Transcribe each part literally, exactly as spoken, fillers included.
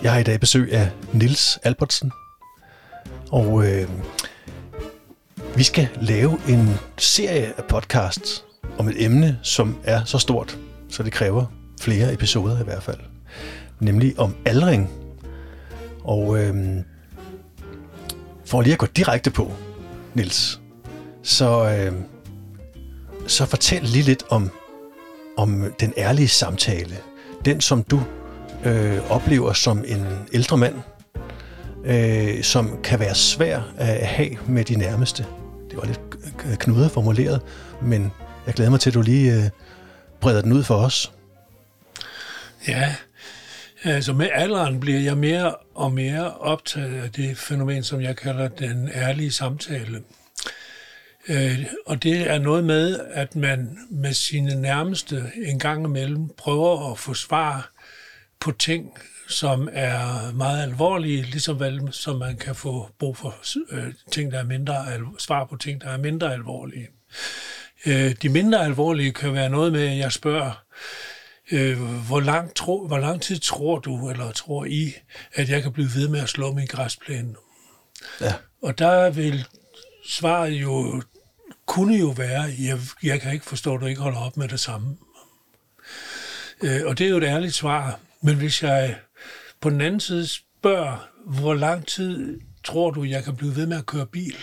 Jeg har i dag besøg af Niels Albertsen, og øh, vi skal lave en serie af podcasts om et emne, som er så stort, så det kræver flere episoder i hvert fald, nemlig om aldring. Og øh, for lige at gå direkte på, Niels, så, øh, så fortæl lige lidt om, om den ærlige samtale, den som du øh, oplever som en ældre mand, øh, som kan være svær at have med de nærmeste. Det var lidt knudret formuleret, men jeg glæder mig til, at du lige øh, breder den ud for os. Ja, altså med alderen bliver jeg mere og mere optaget af det fænomen, som jeg kalder den ærlige samtale. Øh, og det er noget med, at man med sine nærmeste en gang imellem prøver at få svar på ting, som er meget alvorlige, ligesom vel, som man kan få brug for øh, ting, der er mindre al- svar på ting, der er mindre alvorlige. Øh, de mindre alvorlige kan være noget med, at jeg spørger, øh, hvor, lang tro, hvor lang tid tror du, eller tror I, at jeg kan blive ved med at slå min græsplæne? Ja. Og der vil svaret jo, kunne jo være, jeg, jeg kan ikke forstå, at du ikke holder op med det samme. Øh, og det er jo et ærligt svar. Men hvis jeg på den anden side spørger, hvor lang tid tror du, jeg kan blive ved med at køre bil,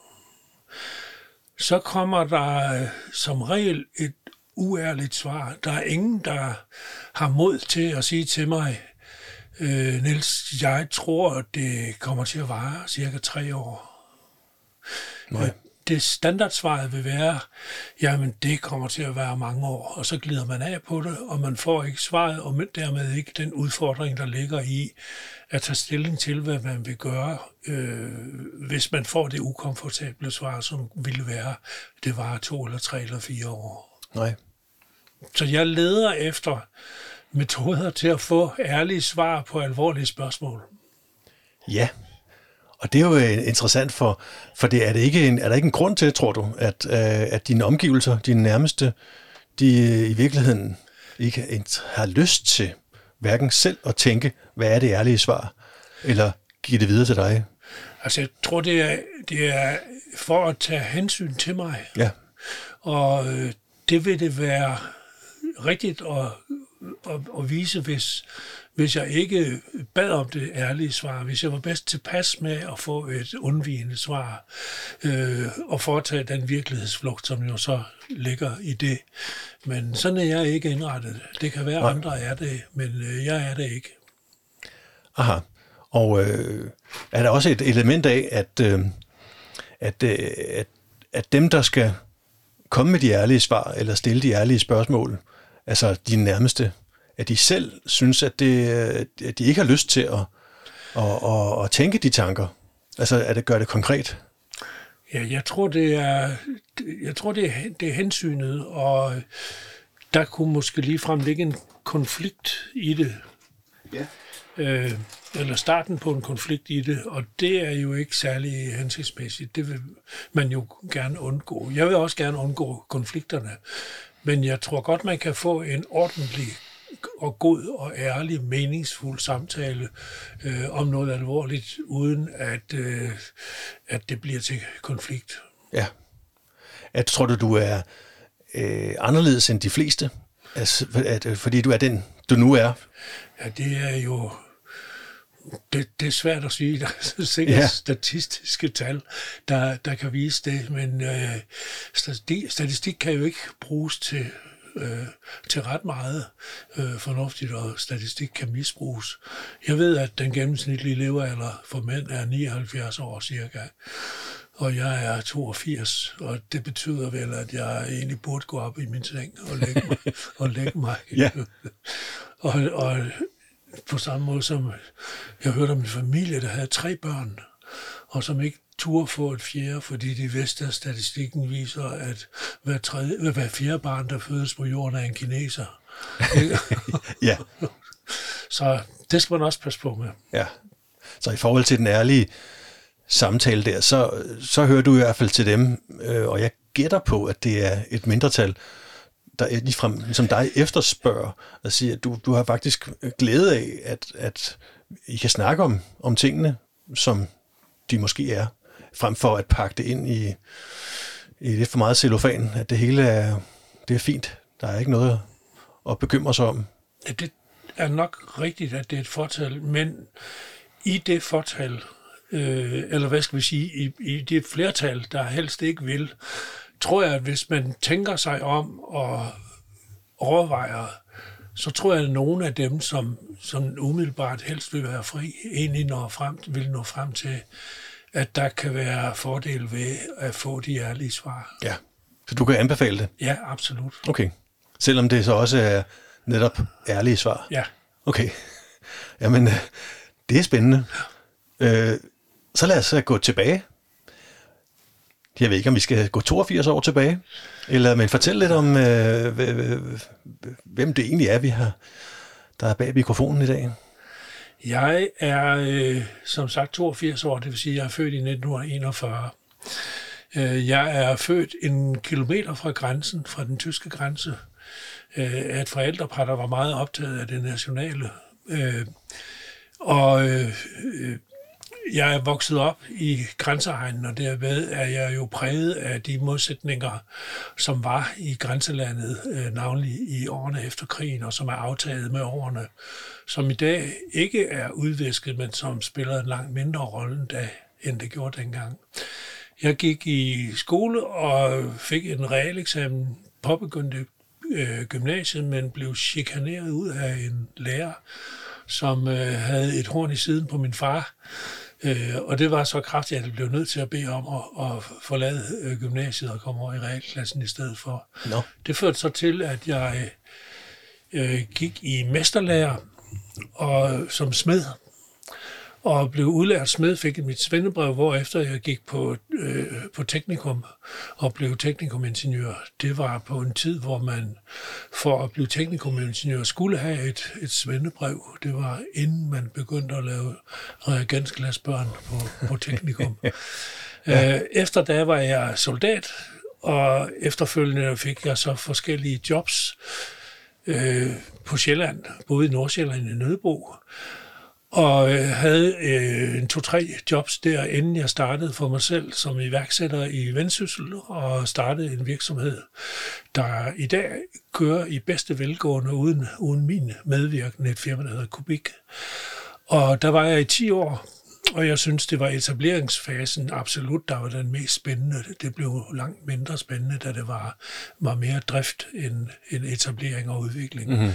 så kommer der som regel et uærligt svar. Der er ingen, der har mod til at sige til mig, øh, Niels, jeg tror, at det kommer til at vare cirka tre år. Nej. Det standardsvaret vil være, jamen det kommer til at være mange år, og så glider man af på det, og man får ikke svaret, og dermed ikke den udfordring, der ligger i at tage stilling til, hvad man vil gøre, øh, hvis man får det ukomfortable svar, som ville være, det var to eller tre eller fire år. Nej. Så jeg leder efter metoder til at få ærlige svar på alvorlige spørgsmål. Ja. Og det er jo interessant, for, for det er, det ikke en, er der ikke en grund til, tror du, at, øh, at dine omgivelser, dine nærmeste, de i virkeligheden ikke har lyst til hverken selv at tænke, hvad er det ærlige svar, eller give det videre til dig? Altså, jeg tror, det er, det er for at tage hensyn til mig. Ja. Og øh, det vil det være rigtigt at, at, at vise, hvis... Hvis jeg ikke bad om det ærlige svar, hvis jeg var bedst tilpas med at få et undvigende svar, øh, og foretage den virkelighedsflugt, som jo så ligger i det. Men sådan er jeg ikke indrettet. Det kan være, at andre er det, men øh, jeg er det ikke. Aha. Og øh, er der også et element af, at, øh, at, øh, at, at dem, der skal komme med de ærlige svar, eller stille de ærlige spørgsmål, altså de nærmeste, at de selv synes, at, det, at de ikke har lyst til at, at, at, at tænke de tanker? Altså, at det gør det konkret? Ja, jeg tror, det er, jeg tror, det er, det er hensynet, og der kunne måske ligefrem ligge en konflikt i det. Ja. Øh, eller starten på en konflikt i det, og det er jo ikke særlig hensigtsmæssigt. Det vil man jo gerne undgå. Jeg vil også gerne undgå konflikterne, men jeg tror godt, man kan få en ordentlig og god og ærlig, meningsfuld samtale øh, om noget alvorligt, uden at, øh, at det bliver til konflikt. Ja. At, tror du, du er øh, anderledes end de fleste? Altså, at, fordi du er den, du nu er? Ja, det er jo... Det, det er svært at sige. Der er sikkert ja. statistiske tal, der, der kan vise det, men øh, statistik, statistik kan jo ikke bruges til... Øh, til ret meget øh, fornuftigt, og statistik kan misbruges. Jeg ved, at den gennemsnitlige levealder for mænd er nioghalvfjerds år cirka, og jeg er toogfirs, og det betyder vel, at jeg egentlig burde gå op i min seng og lægge mig. og lægge mig. Ja. og, og på samme måde som jeg hørte om en familie, der havde tre børn, og som ikke turde få et fjerde, fordi de vidste, at statistikken viser, at hver, tredje, hver fjerde barn, der fødes på jorden, er en kineser. Ja. Så det skal man også passe på med. Ja. Så i forhold til den ærlige samtale der, så, så hører du i hvert fald til dem, øh, og jeg gætter på, at det er et mindretal, der ligefrem som dig efterspørger, og siger, at du, du har faktisk glæde af, at, at I kan snakke om, om tingene, som de måske er, frem for at pakke det ind i, i lidt for meget cellofan, at det hele er, det er fint. Der er ikke noget at bekymre sig om. Ja, det er nok rigtigt, at det er et fortal, men i det fortal, øh, eller hvad skal vi sige, i, i det flertal, der helst ikke vil, tror jeg, at hvis man tænker sig om og overvejer, så tror jeg, at nogle af dem, som, som umiddelbart helst vil være fri, egentlig når frem, vil nå frem til, at der kan være fordel ved at få de ærlige svar. Ja, så du kan anbefale det? Ja, absolut. Okay. Selvom det så også er netop ærlige svar? Ja. Okay. Jamen, det er spændende. Øh, så lad os gå tilbage. Jeg ved ikke, om vi skal gå toogfirs år tilbage, eller men fortæl lidt om, øh, hvem det egentlig er, vi har, der er bag mikrofonen i dag. Jeg er øh, som sagt toogfirs år, det vil sige, at jeg er født i nitten enogfyrre. Øh, jeg er født en kilometer fra grænsen, fra den tyske grænse, øh, af et forældrepar, der var meget optaget af det nationale. Øh, og øh, jeg er vokset op i grænseegnen, og derved er jeg jo præget af de modsætninger, som var i grænselandet, øh, navnlig i årene efter krigen, og som er aftaget med årene, som i dag ikke er udvisket, men som spiller en langt mindre rolle, da, end det gjorde dengang. Jeg gik i skole og fik en realeksamen, påbegyndte øh, gymnasiet, men blev chikaneret ud af en lærer, som øh, havde et horn i siden på min far. Øh, og det var så kraftigt, at jeg blev nødt til at bede om at, at forlade øh, gymnasiet og komme over i realklassen i stedet for. No. Det førte så til, at jeg øh, gik i mesterlærer og som smed, og blev udlært smed, fik mit svendebrev, hvorefter jeg gik på, øh, på teknikum og blev teknikumingeniør. Det var på en tid, hvor man for at blive teknikumingeniør skulle have et, et svendebrev. Det var inden man begyndte at lave reagensglasbørn på, på teknikum. ja. Efter da var jeg soldat, og efterfølgende fik jeg så forskellige jobs øh, på Sjælland, både i Nordsjælland og i Nødebo. Og havde øh, en to-tre jobs der, inden jeg startede for mig selv som iværksætter i Vendsyssel, og startede en virksomhed, der i dag kører i bedste velgående uden, uden min medvirkning, et firma, der hedder Kubik. Og der var jeg i ti år, og jeg synes, det var etableringsfasen absolut, der var den mest spændende. Det blev langt mindre spændende, da det var, var mere drift end, end etablering og udvikling. Mm-hmm.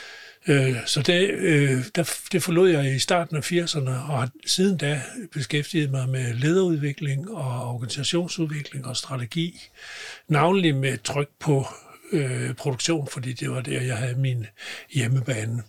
Så det, det forlod jeg i starten af firserne, og har siden da beskæftiget mig med lederudvikling og organisationsudvikling og strategi, navnlig med tryk på øh, produktion, fordi det var der, jeg havde min hjemmebane.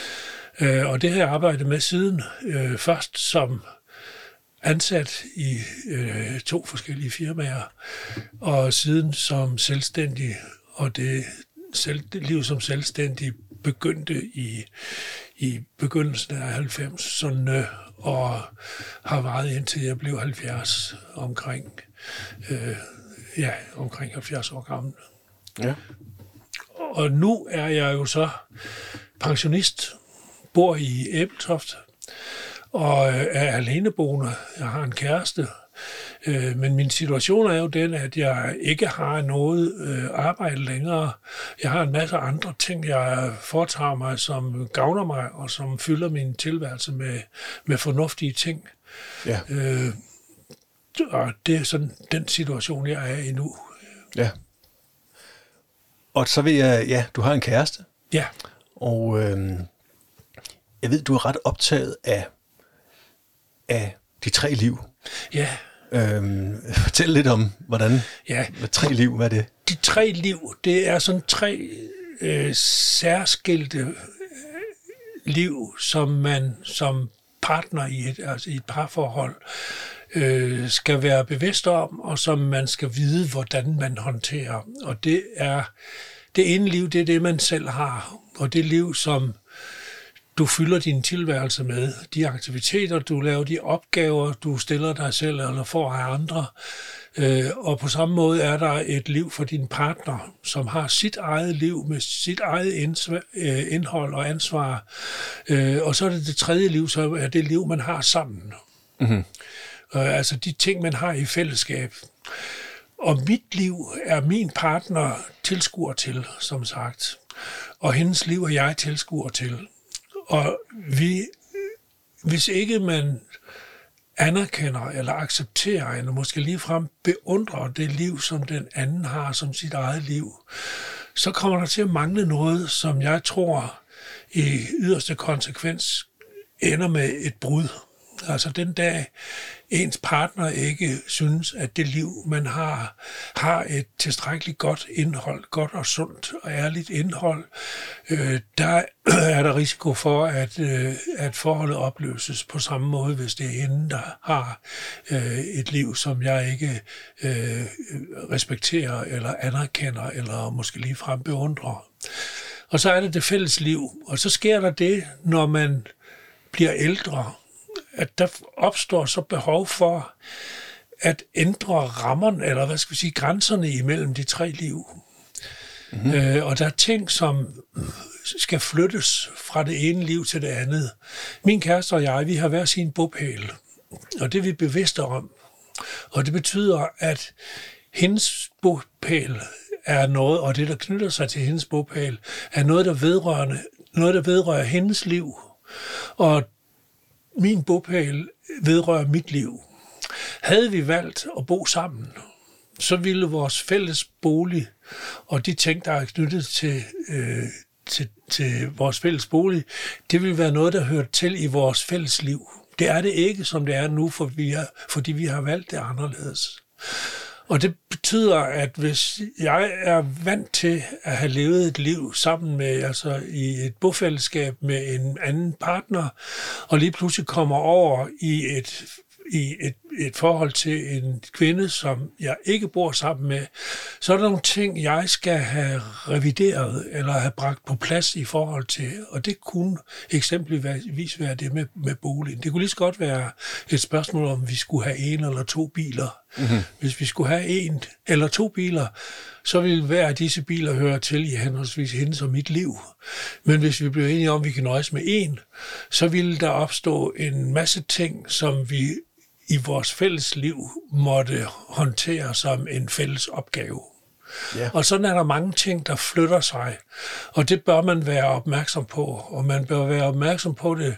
Og det har jeg arbejdet med siden, øh, først som ansat i øh, to forskellige firmaer, og siden som selvstændig, og det, selv, det liv som selvstændig begyndte i, i begyndelsen af halvfemserne og har varet indtil jeg blev halvfjerds, omkring, øh, ja, omkring halvfjerds år gammel. Ja. Og nu er jeg jo så pensionist, bor i Ebeltoft og er aleneboende. Jeg har en kæreste. Men min situation er jo den, at jeg ikke har noget arbejde længere. Jeg har en masse andre ting, jeg foretager mig, som gavner mig, og som fylder min tilværelse med, med fornuftige ting. Ja. Øh, og det er sådan den situation, jeg er i nu. Ja. Og så vil jeg, ja, du har en kæreste. Ja. Og øh, jeg ved, du er ret optaget af, af de tre liv. Ja. Øhm, fortæl lidt om, hvordan, ja. hvad tre liv, hvad er det? De tre liv, det er sådan tre øh, særskilte øh, liv, som man som partner i et, altså i et parforhold øh, skal være bevidst om, og som man skal vide, hvordan man håndterer. Og det er det ene liv, det er det, man selv har, og det liv, som du fylder din tilværelse med. De aktiviteter, du laver, de opgaver, du stiller dig selv eller får af andre. Øh, og på samme måde er der et liv for din partner, som har sit eget liv med sit eget indhold og ansvar. Øh, og så er det det tredje liv, så er det liv, man har sammen. Mm-hmm. Øh, altså de ting, man har i fællesskab. Og mit liv er min partner tilskuer til, som sagt. Og hendes liv er jeg tilskuer til. Og vi, hvis ikke man anerkender eller accepterer, eller måske ligefrem beundrer det liv, som den anden har som sit eget liv, så kommer der til at mangle noget, som jeg tror i yderste konsekvens ender med et brud. Altså den dag ens partner ikke synes, at det liv, man har, har et tilstrækkeligt godt indhold, godt og sundt og ærligt indhold, øh, der er der risiko for, at, øh, at forholdet opløses på samme måde, hvis det er hende, der har øh, et liv, som jeg ikke øh, respekterer eller anerkender, eller måske ligefrem beundrer. Og så er det det fælles liv, og så sker der det, når man bliver ældre, at der opstår så behov for at ændre rammerne, eller hvad skal vi sige, grænserne imellem de tre liv. Mm-hmm. Øh, og der er ting, som skal flyttes fra det ene liv til det andet. Min kæreste og jeg, vi har hver sin bopæl, og det er vi bevidste om. Og det betyder, at hendes bopæl er noget, og det, der knytter sig til hendes bopæl, er noget, der vedrører, noget, der vedrører hendes liv. Og min bopæl vedrører mit liv. Havde vi valgt at bo sammen, så ville vores fælles bolig og de ting, der er knyttet til, øh, til, til vores fælles bolig, det ville være noget, der hører til i vores fælles liv. Det er det ikke, som det er nu, for vi er, fordi vi har valgt det anderledes. Og det betyder, at hvis jeg er vant til at have levet et liv sammen med, altså i et bofællesskab med en anden partner, og lige pludselig kommer over i et, i et, et forhold til en kvinde, som jeg ikke bor sammen med, så er der nogle ting, jeg skal have revideret eller have bragt på plads i forhold til, og det kunne eksempelvis være det med, med boligen. Det kunne lige så godt være et spørgsmål, om vi skulle have en eller to biler. Mm-hmm. Hvis vi skulle have en eller to biler, så ville hver af disse biler høre til i henholdsvis hendes og mit liv. Men hvis vi blev enige om, at vi kan nøjes med en, så ville der opstå en masse ting, som vi i vores fælles liv måtte håndtere som en fælles opgave. Yeah. Og sådan er der mange ting, der flytter sig, og det bør man være opmærksom på, og man bør være opmærksom på det,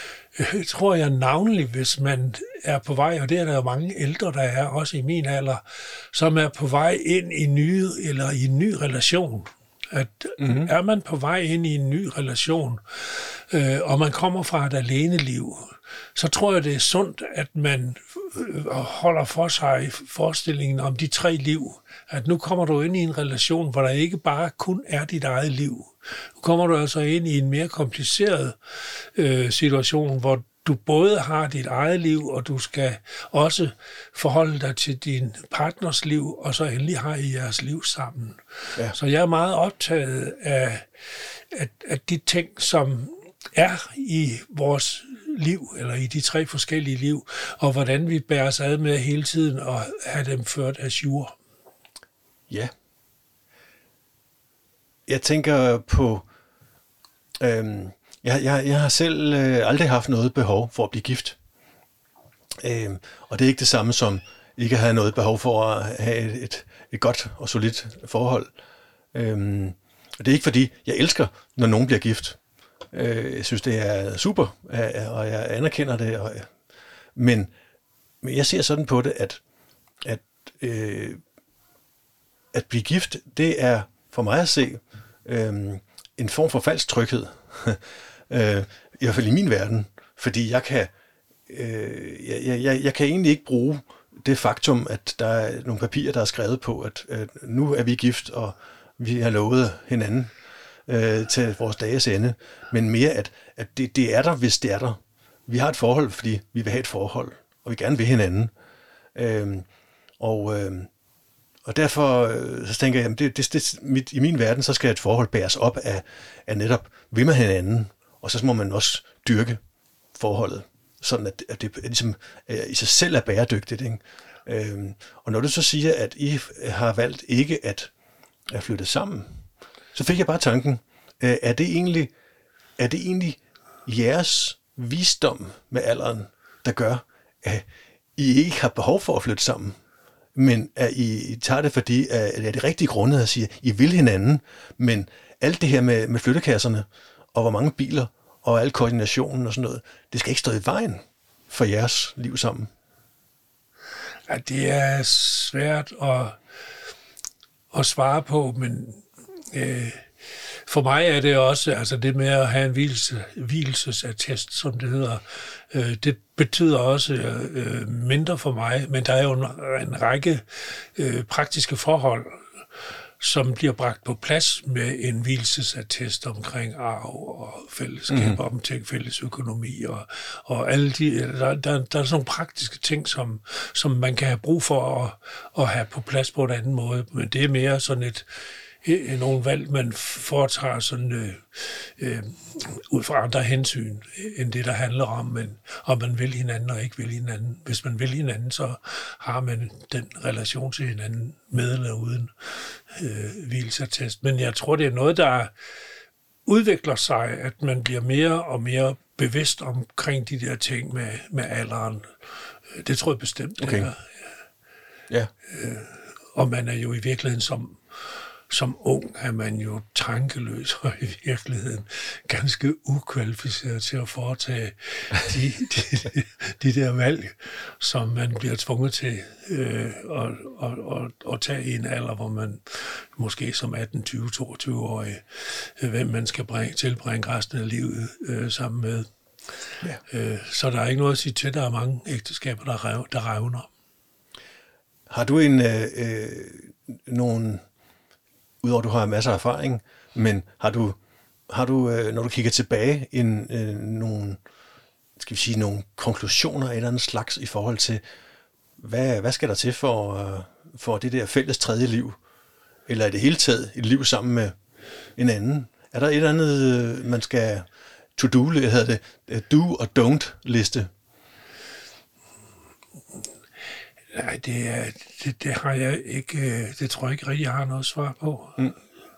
jeg tror jeg navnlig, hvis man er på vej, og det er der jo mange ældre, der er, også i min alder, som er på vej ind i nye, eller i en ny relation. At mm-hmm. Er man på vej ind i en ny relation, øh, og man kommer fra et aleneliv, så tror jeg, det er sundt, at man holder for sig forestillingen om de tre liv. At nu kommer du ind i en relation, hvor der ikke bare kun er dit eget liv. Nu kommer du altså ind i en mere kompliceret øh, situation, hvor du både har dit eget liv, og du skal også forholde dig til din partners liv, og så endelig har I jeres liv sammen. Ja. Så jeg er meget optaget af, af, af de ting, som er i vores liv, eller i de tre forskellige liv, og hvordan vi bærer os ad med hele tiden og have dem ført à jour. Ja. Jeg tænker på, øhm, jeg, jeg, jeg har selv øh, aldrig haft noget behov for at blive gift. Øhm, og det er ikke det samme som ikke at have noget behov for at have et, et, et godt og solidt forhold. Øhm, og det er ikke fordi, jeg elsker, når nogen bliver gift. Jeg synes, det er super, og jeg anerkender det. Og, men, men jeg ser sådan på det, at, at, øh, at blive gift, det er for mig at se øh, en form for falsk tryghed. øh, I hvert fald i min verden. Fordi jeg kan, øh, jeg, jeg, jeg kan egentlig ikke bruge det faktum, at der er nogle papirer, der er skrevet på, at, at nu er vi gift, og vi har lovet hinanden øh, til vores dages ende, men mere, at, at det, det er der, hvis det er der. Vi har et forhold, fordi vi vil have et forhold, og vi gerne vil hinanden. Øh, og, øh, og derfor øh, så tænker jeg, at det, det, det, mit, i min verden, så skal et forhold bæres op af, af netop, vil man hinanden, og så må man også dyrke forholdet, sådan at, at det ligesom, øh, i sig selv er bæredygtigt. Ikke? Øhm, og når du så siger, at I har valgt ikke at, at flytte sammen, så fik jeg bare tanken, øh, er det egentlig, er det egentlig jeres visdom med alderen, der gør, at I ikke har behov for at flytte sammen, men at I, I tager det, fordi at det er det rigtige grunde at sige, at I vil hinanden, men alt det her med, med flyttekasserne, og hvor mange biler, og al koordinationen og sådan noget, det skal ikke stå i vejen for jeres liv sammen. Ja, det er svært at, at svare på, men øh, for mig er det også, altså det med at have en hvilelse, hvilesesattest, som det hedder, øh, det betyder også øh, mindre for mig, men der er jo en, en række øh, praktiske forhold, som bliver bragt på plads med en hvilesesattest omkring arv og fællesskab, mm-hmm. omkring fælles økonomi og, og alle de, der, der, der er sådan nogle praktiske ting, som, som man kan have brug for at, at have på plads på en anden måde, men det er mere sådan et nogle valg, man foretager sådan, øh, øh, ud fra andre hensyn, end det, der handler om, men, om man vil hinanden og ikke vil hinanden. Hvis man vil hinanden, så har man den relation til hinanden med eller uden øh, hvilesattest. Men jeg tror, det er noget, der udvikler sig, at man bliver mere og mere bevidst omkring de der ting med, med alderen. Det tror jeg bestemt. Okay. Er. Ja. Øh, og man er jo i virkeligheden som Som ung er man jo tankeløs og i virkeligheden ganske ukvalificeret til at foretage de, de, de der valg, som man bliver tvunget til øh, at, at, at, at tage i en alder, hvor man måske som atten, tyve, toogtyve-årig, øh, hvem man skal bringe, tilbringe resten af livet øh, sammen med. Ja. Øh, så der er ikke noget at sige til, der er mange ægteskaber, der, rev, der revner. Har du en øh, øh, nogle... Udover at du har masser af erfaring, men har du, har du når du kigger tilbage, en, øh, nogle, skal vi sige, nogle konklusioner af et eller andet slags i forhold til, hvad, hvad skal der til for, for det der fælles tredje liv, eller i det hele taget et liv sammen med en anden? Er der et eller andet, man skal to-do, hedder det, do og don't liste? Nej, det, er, det, det har jeg ikke, det tror jeg ikke rigtig, jeg har noget svar på. Mm.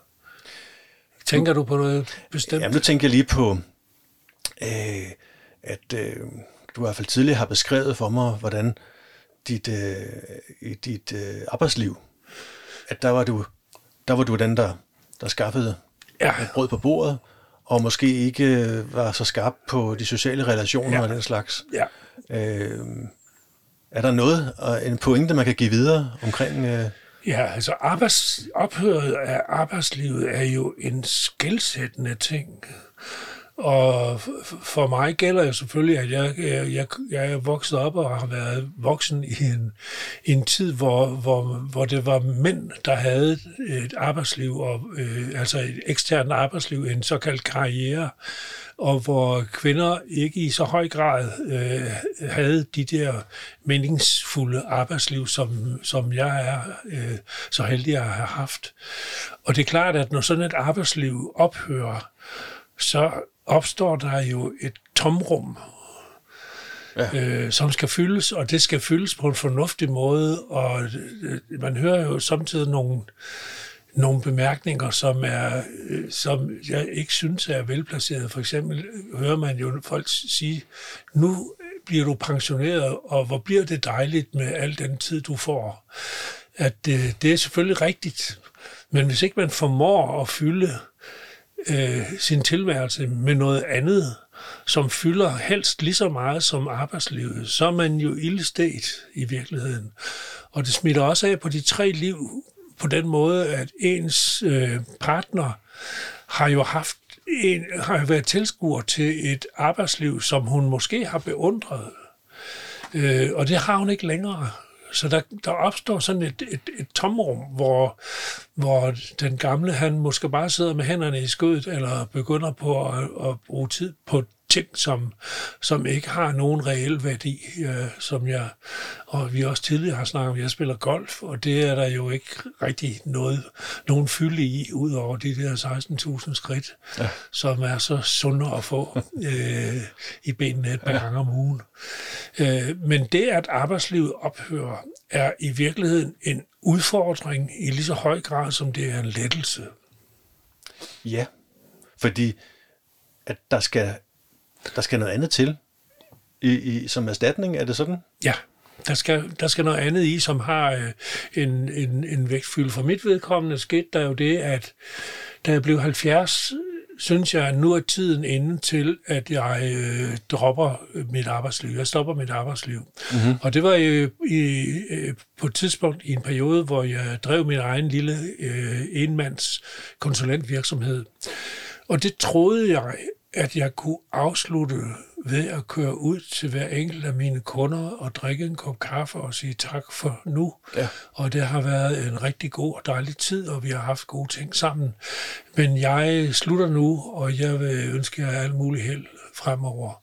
Tænker du på noget bestemt? Jamen, nu tænker jeg lige på, øh, at øh, du i hvert fald tidligere har beskrevet for mig, hvordan dit, øh, i dit øh, arbejdsliv, at der var du, der var du den, der, der skaffede ja. brød på bordet, og måske ikke var så skarp på de sociale relationer ja. og den slags. Ja. Øh, Er der noget, en pointe, man kan give videre omkring? Øh... Ja, altså arbejds, ophøret af arbejdslivet er jo en skelsættende ting. Og for mig gælder jo selvfølgelig, at jeg, jeg, jeg er vokset op og har været voksen i en, i en tid, hvor, hvor, hvor det var mænd, der havde et arbejdsliv, og, øh, altså et eksternt arbejdsliv, en såkaldt karriere, og hvor kvinder ikke i så høj grad øh, havde de der meningsfulde arbejdsliv, som, som jeg er øh, så heldig at have haft. Og det er klart, at når sådan et arbejdsliv ophører, så opstår der jo et tomrum, ja. øh, som skal fyldes, og det skal fyldes på en fornuftig måde, og øh, man hører jo samtidig nogle, nogle bemærkninger, som, er, øh, som jeg ikke synes er velplaceret. For eksempel hører man jo folk sige, nu bliver du pensioneret, og hvor bliver det dejligt med al den tid, du får. At øh, det er selvfølgelig rigtigt, men hvis ikke man formår at fylde Øh, sin tilværelse med noget andet, som fylder helst lige så meget som arbejdslivet, så er man jo ildestet i virkeligheden. Og det smitter også af på de tre liv på den måde, at ens øh, partner har jo haft en, har jo været tilskuer til et arbejdsliv, som hun måske har beundret. Øh, og det har hun ikke længere. Så der, der opstår sådan et, et, et tomrum, hvor, hvor den gamle, han måske bare sidder med hænderne i skødet, eller begynder på at, at bruge tid på ting, som, som ikke har nogen reel værdi, øh, som jeg, og vi også tidligere har snakket om, jeg spiller golf, og det er der jo ikke rigtig noget, nogen fylde i, ud over de der seksten tusind skridt, ja. Som er så sunde at få øh, i benene et par ja. gange om ugen. Øh, men det, at arbejdslivet ophører, er i virkeligheden en udfordring i lige så høj grad, som det er en lettelse. Ja, fordi at der skal Der skal noget andet til i, i, som erstatning, er det sådan? Ja, der skal, der skal noget andet i, som har øh, en, en, en vægtfylde. For mit vedkommende skete der jo det, at da jeg blev halvfjerds, synes jeg, at nu er tiden inde til, at jeg øh, dropper mit arbejdsliv. Jeg stopper mit arbejdsliv. Mm-hmm. Og det var jo i, øh, på et tidspunkt i en periode, hvor jeg drev min egen lille øh, enmands konsulentvirksomhed. Og det troede jeg, at jeg kunne afslutte ved at køre ud til hver enkelt af mine kunder og drikke en kop kaffe og sige tak for nu. Ja. Og det har været en rigtig god og dejlig tid, og vi har haft gode ting sammen. Men jeg slutter nu, og jeg vil ønske jer alt muligt held fremover.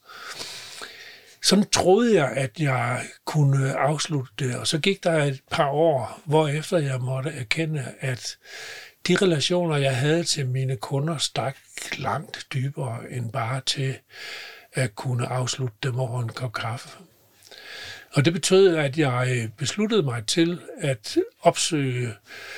Sådan troede jeg, at jeg kunne afslutte det, og så gik der et par år, hvorefter jeg måtte erkende, at de relationer, jeg havde til mine kunder, stak langt dybere end bare til at kunne afslutte dem over en kop kaffe. Og det betød, at jeg besluttede mig til at opsøge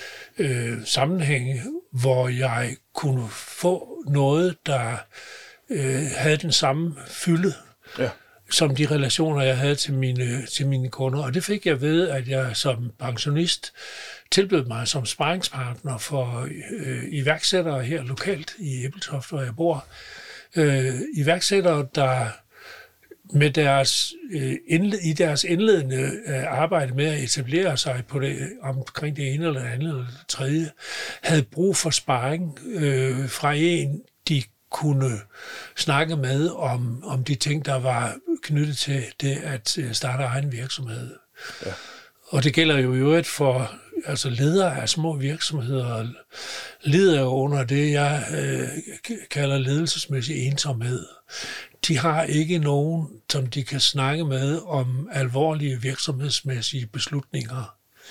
øh, sammenhænge, hvor jeg kunne få noget, der øh, havde den samme fylde, ja. Som de relationer, jeg havde til mine, til mine kunder. Og det fik jeg ved, at jeg som pensionist tilbød mig som sparringspartner for øh, iværksættere her lokalt i Ebeltoft, hvor jeg bor. Øh, iværksættere, der med deres, øh, indled, i deres indledende øh, arbejde med at etablere sig på det, omkring det ene eller det andet eller det tredje, havde brug for sparring øh, fra en, de kunne snakke med om, om de ting, der var knyttet til det at starte egen virksomhed. Ja. Og det gælder jo i øvrigt for altså ledere af små virksomheder, lider jo under det, jeg øh, kalder ledelsesmæssig ensomhed. De har ikke nogen, som de kan snakke med om alvorlige virksomhedsmæssige beslutninger.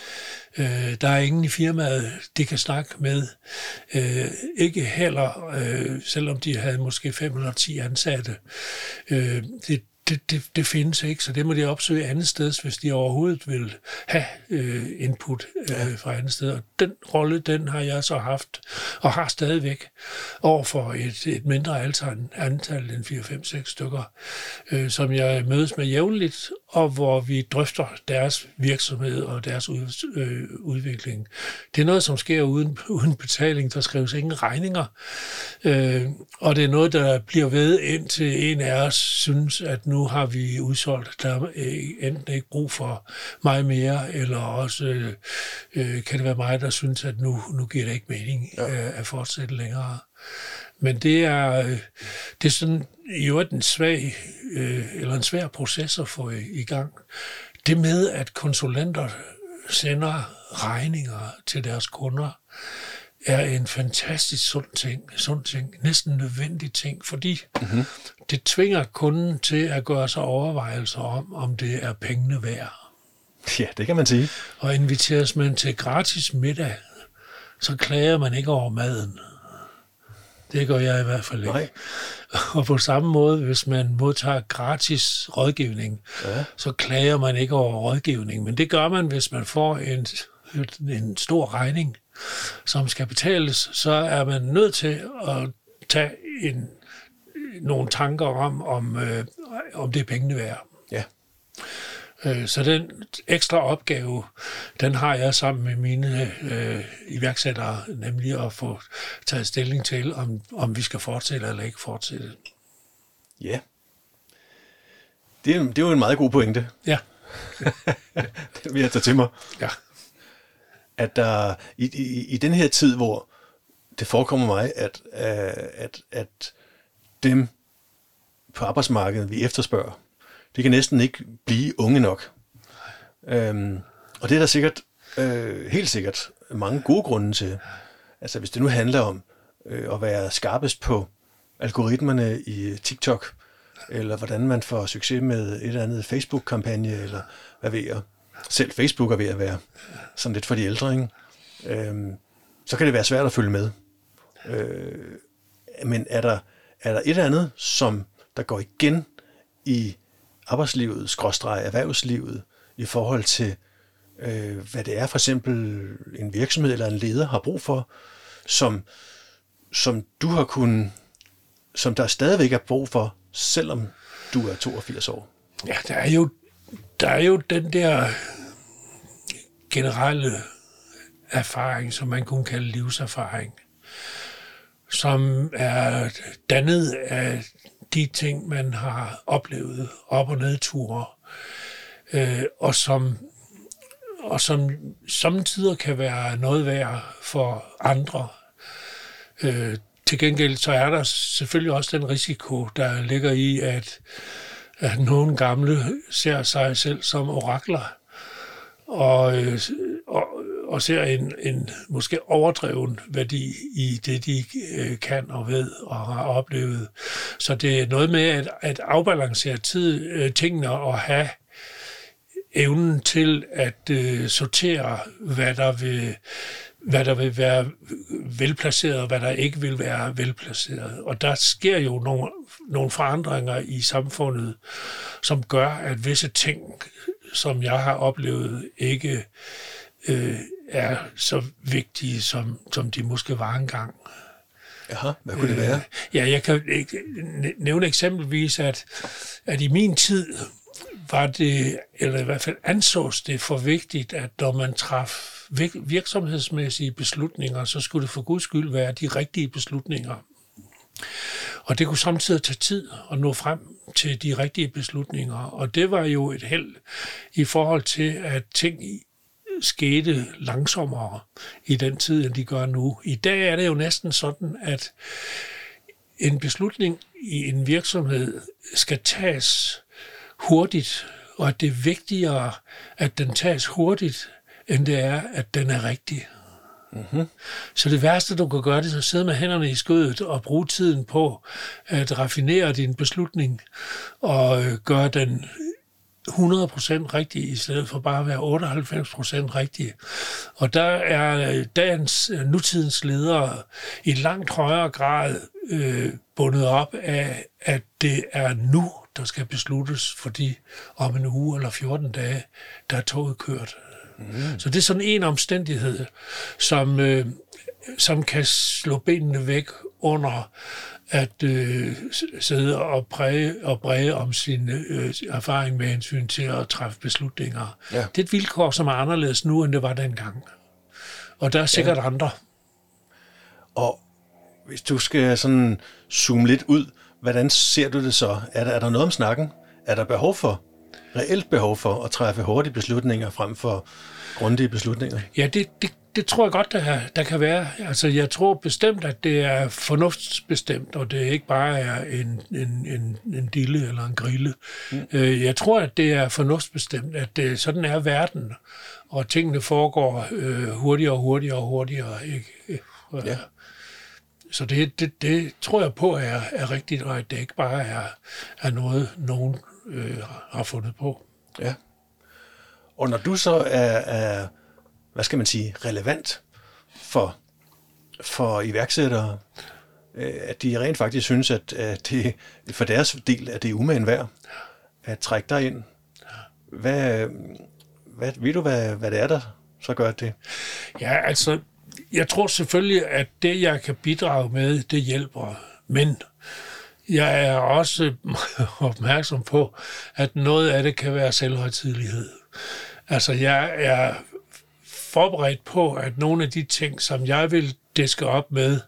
Øh, der er ingen i firmaet, de kan snakke med. Øh, ikke heller, øh, selvom de havde måske fem eller ti ansatte. Øh, det Det, det, det findes ikke, så det må de opsøge andet sted, hvis de overhovedet vil have øh, input øh, fra andet sted. Og den rolle, den har jeg så haft, og har stadigvæk, overfor et, et mindre antal, antal end fire, fem, seks stykker, øh, som jeg mødes med jævnligt, og hvor vi drøfter deres virksomhed og deres ud, øh, udvikling. Det er noget, som sker uden, uden betaling. Der skrives ingen regninger, øh, og det er noget, der bliver ved, indtil en af os synes, at nu har vi udsolgt. Der er enten ikke brug for mig mere, eller også øh, kan det være mig, der synes, at nu, nu giver det ikke mening ja. øh, at fortsætte længere. Men det er, øh, det er sådan i øvrigt en svag, øh, eller en svær proces at få i, i gang. Det med, at konsulenter sender regninger til deres kunder, er en fantastisk sund ting, sund ting, næsten nødvendig ting, fordi mm-hmm. det tvinger kunden til at gøre sig overvejelser om, om det er pengene værd. Ja, det kan man sige. Og inviteres man til gratis middag, så klager man ikke over maden. Det gør jeg i hvert fald ikke. Nej. Og på samme måde, hvis man modtager gratis rådgivning, ja. Så klager man ikke over rådgivning. Men det gør man, hvis man får en, en stor regning, som skal betales, så er man nødt til at tage en, nogle tanker om, om, øh, om det er pengene værd. Ja. Øh, så den ekstra opgave, den har jeg sammen med mine øh, iværksættere, nemlig at få taget stilling til, om, om vi skal fortsætte eller ikke fortsætte. Ja. Det er, det er jo en meget god pointe. Ja. Den vil jeg tage til mig. Ja. At der i, i, i den her tid, hvor det forekommer mig, at, at, at dem på arbejdsmarkedet, vi efterspørger, det kan næsten ikke blive unge nok. Øhm, og det er der sikkert, øh, helt sikkert, mange gode grunde til. Altså hvis det nu handler om øh, at være skarpest på algoritmerne i TikTok, eller hvordan man får succes med et eller andet Facebook-kampagne, eller hvad ved jeg. Selv Facebook er ved at være sådan lidt for de ældre, ikke? Øhm, så kan det være svært at følge med. Øh, men er der, er der et eller andet, som der går igen i arbejdslivet, skråstreg erhvervslivet, i forhold til, øh, hvad det er for eksempel en virksomhed eller en leder har brug for, som, som du har kunnet, som der stadigvæk er brug for, selvom du er toogfirs år? Ja, der er jo, der er jo den der generelle erfaring, som man kunne kalde livserfaring, som er dannet af de ting, man har oplevet, op- og nedture, øh, og som og som samtidig kan være noget værd for andre. Øh, til gengæld så er der selvfølgelig også den risiko, der ligger i, at, at nogle gamle ser sig selv som orakler, og, øh, og, og ser en, en måske overdreven værdi i det, de øh, kan og ved og har oplevet. Så det er noget med at, at afbalancere tid, øh, tingene og have evnen til at øh, sortere, hvad der vil hvad der vil være velplaceret, og hvad der ikke vil være velplaceret. Og der sker jo nogle, nogle forandringer i samfundet, som gør, at visse ting, som jeg har oplevet, ikke øh, er så vigtige, som, som de måske var engang. Jaha, hvad kunne det være? Øh, ja, jeg kan nævne eksempelvis, at, at i min tid var det, eller i hvert fald ansås det for vigtigt, at når man traf virksomhedsmæssige beslutninger, så skulle det for guds skyld være de rigtige beslutninger. Og det kunne samtidig tage tid at nå frem til de rigtige beslutninger. Og det var jo et held i forhold til, at ting skete langsommere i den tid, end de gør nu. I dag er det jo næsten sådan, at en beslutning i en virksomhed skal tages hurtigt, og at det er vigtigere, at den tages hurtigt, end det er, at den er rigtig. Mm-hmm. Så det værste, du kan gøre, det er at sidde med hænderne i skødet og bruge tiden på at raffinere din beslutning og gøre den hundrede procent rigtig, i stedet for bare at være otteoghalvfems procent rigtig. Og der er dagens, nutidens ledere i langt højere grad øh, bundet op af, at det er nu, der skal besluttes, fordi om en uge eller fjorten dage, der er toget kørt. Mm. Så det er sådan en omstændighed, som, øh, som kan slå benene væk under at øh, sidde og præge og bræge om sin øh, erfaring med hensyn til at træffe beslutninger. Ja. Det er et vilkår, som er anderledes nu, end det var dengang. Og der er sikkert ja. andre. Og hvis du skal sådan zoome lidt ud, hvordan ser du det så? Er der, er der noget om snakken? Er der behov for, reelt behov for at træffe hurtige beslutninger frem for grundige beslutninger? Ja, det, det, det tror jeg godt, der, der kan være. Altså, jeg tror bestemt, at det er fornuftsbestemt, og det ikke bare er en, en, en, en dille eller en grille. Mm. Jeg tror, at det er fornuftsbestemt, at det, sådan er verden, og tingene foregår øh, hurtigere og hurtigere og hurtigere. Ikke? Ja. Så det, det, det tror jeg på er, er rigtigt, og at det ikke bare er, er noget, nogen øh, har fundet på. Ja. Og når du så er, er hvad skal man sige, relevant for, for iværksættere, øh, at de rent faktisk synes, at, at det, for deres del er det umagen værd at trække dig ind. Hvad, hvad, ved du, hvad, hvad det er, der så gør det? Ja, altså, jeg tror selvfølgelig, at det, jeg kan bidrage med, det hjælper. Men jeg er også opmærksom på, at noget af det kan være selvhøjtidelighed. Altså, jeg er forberedt på, at nogle af de ting, som jeg vil diske op med,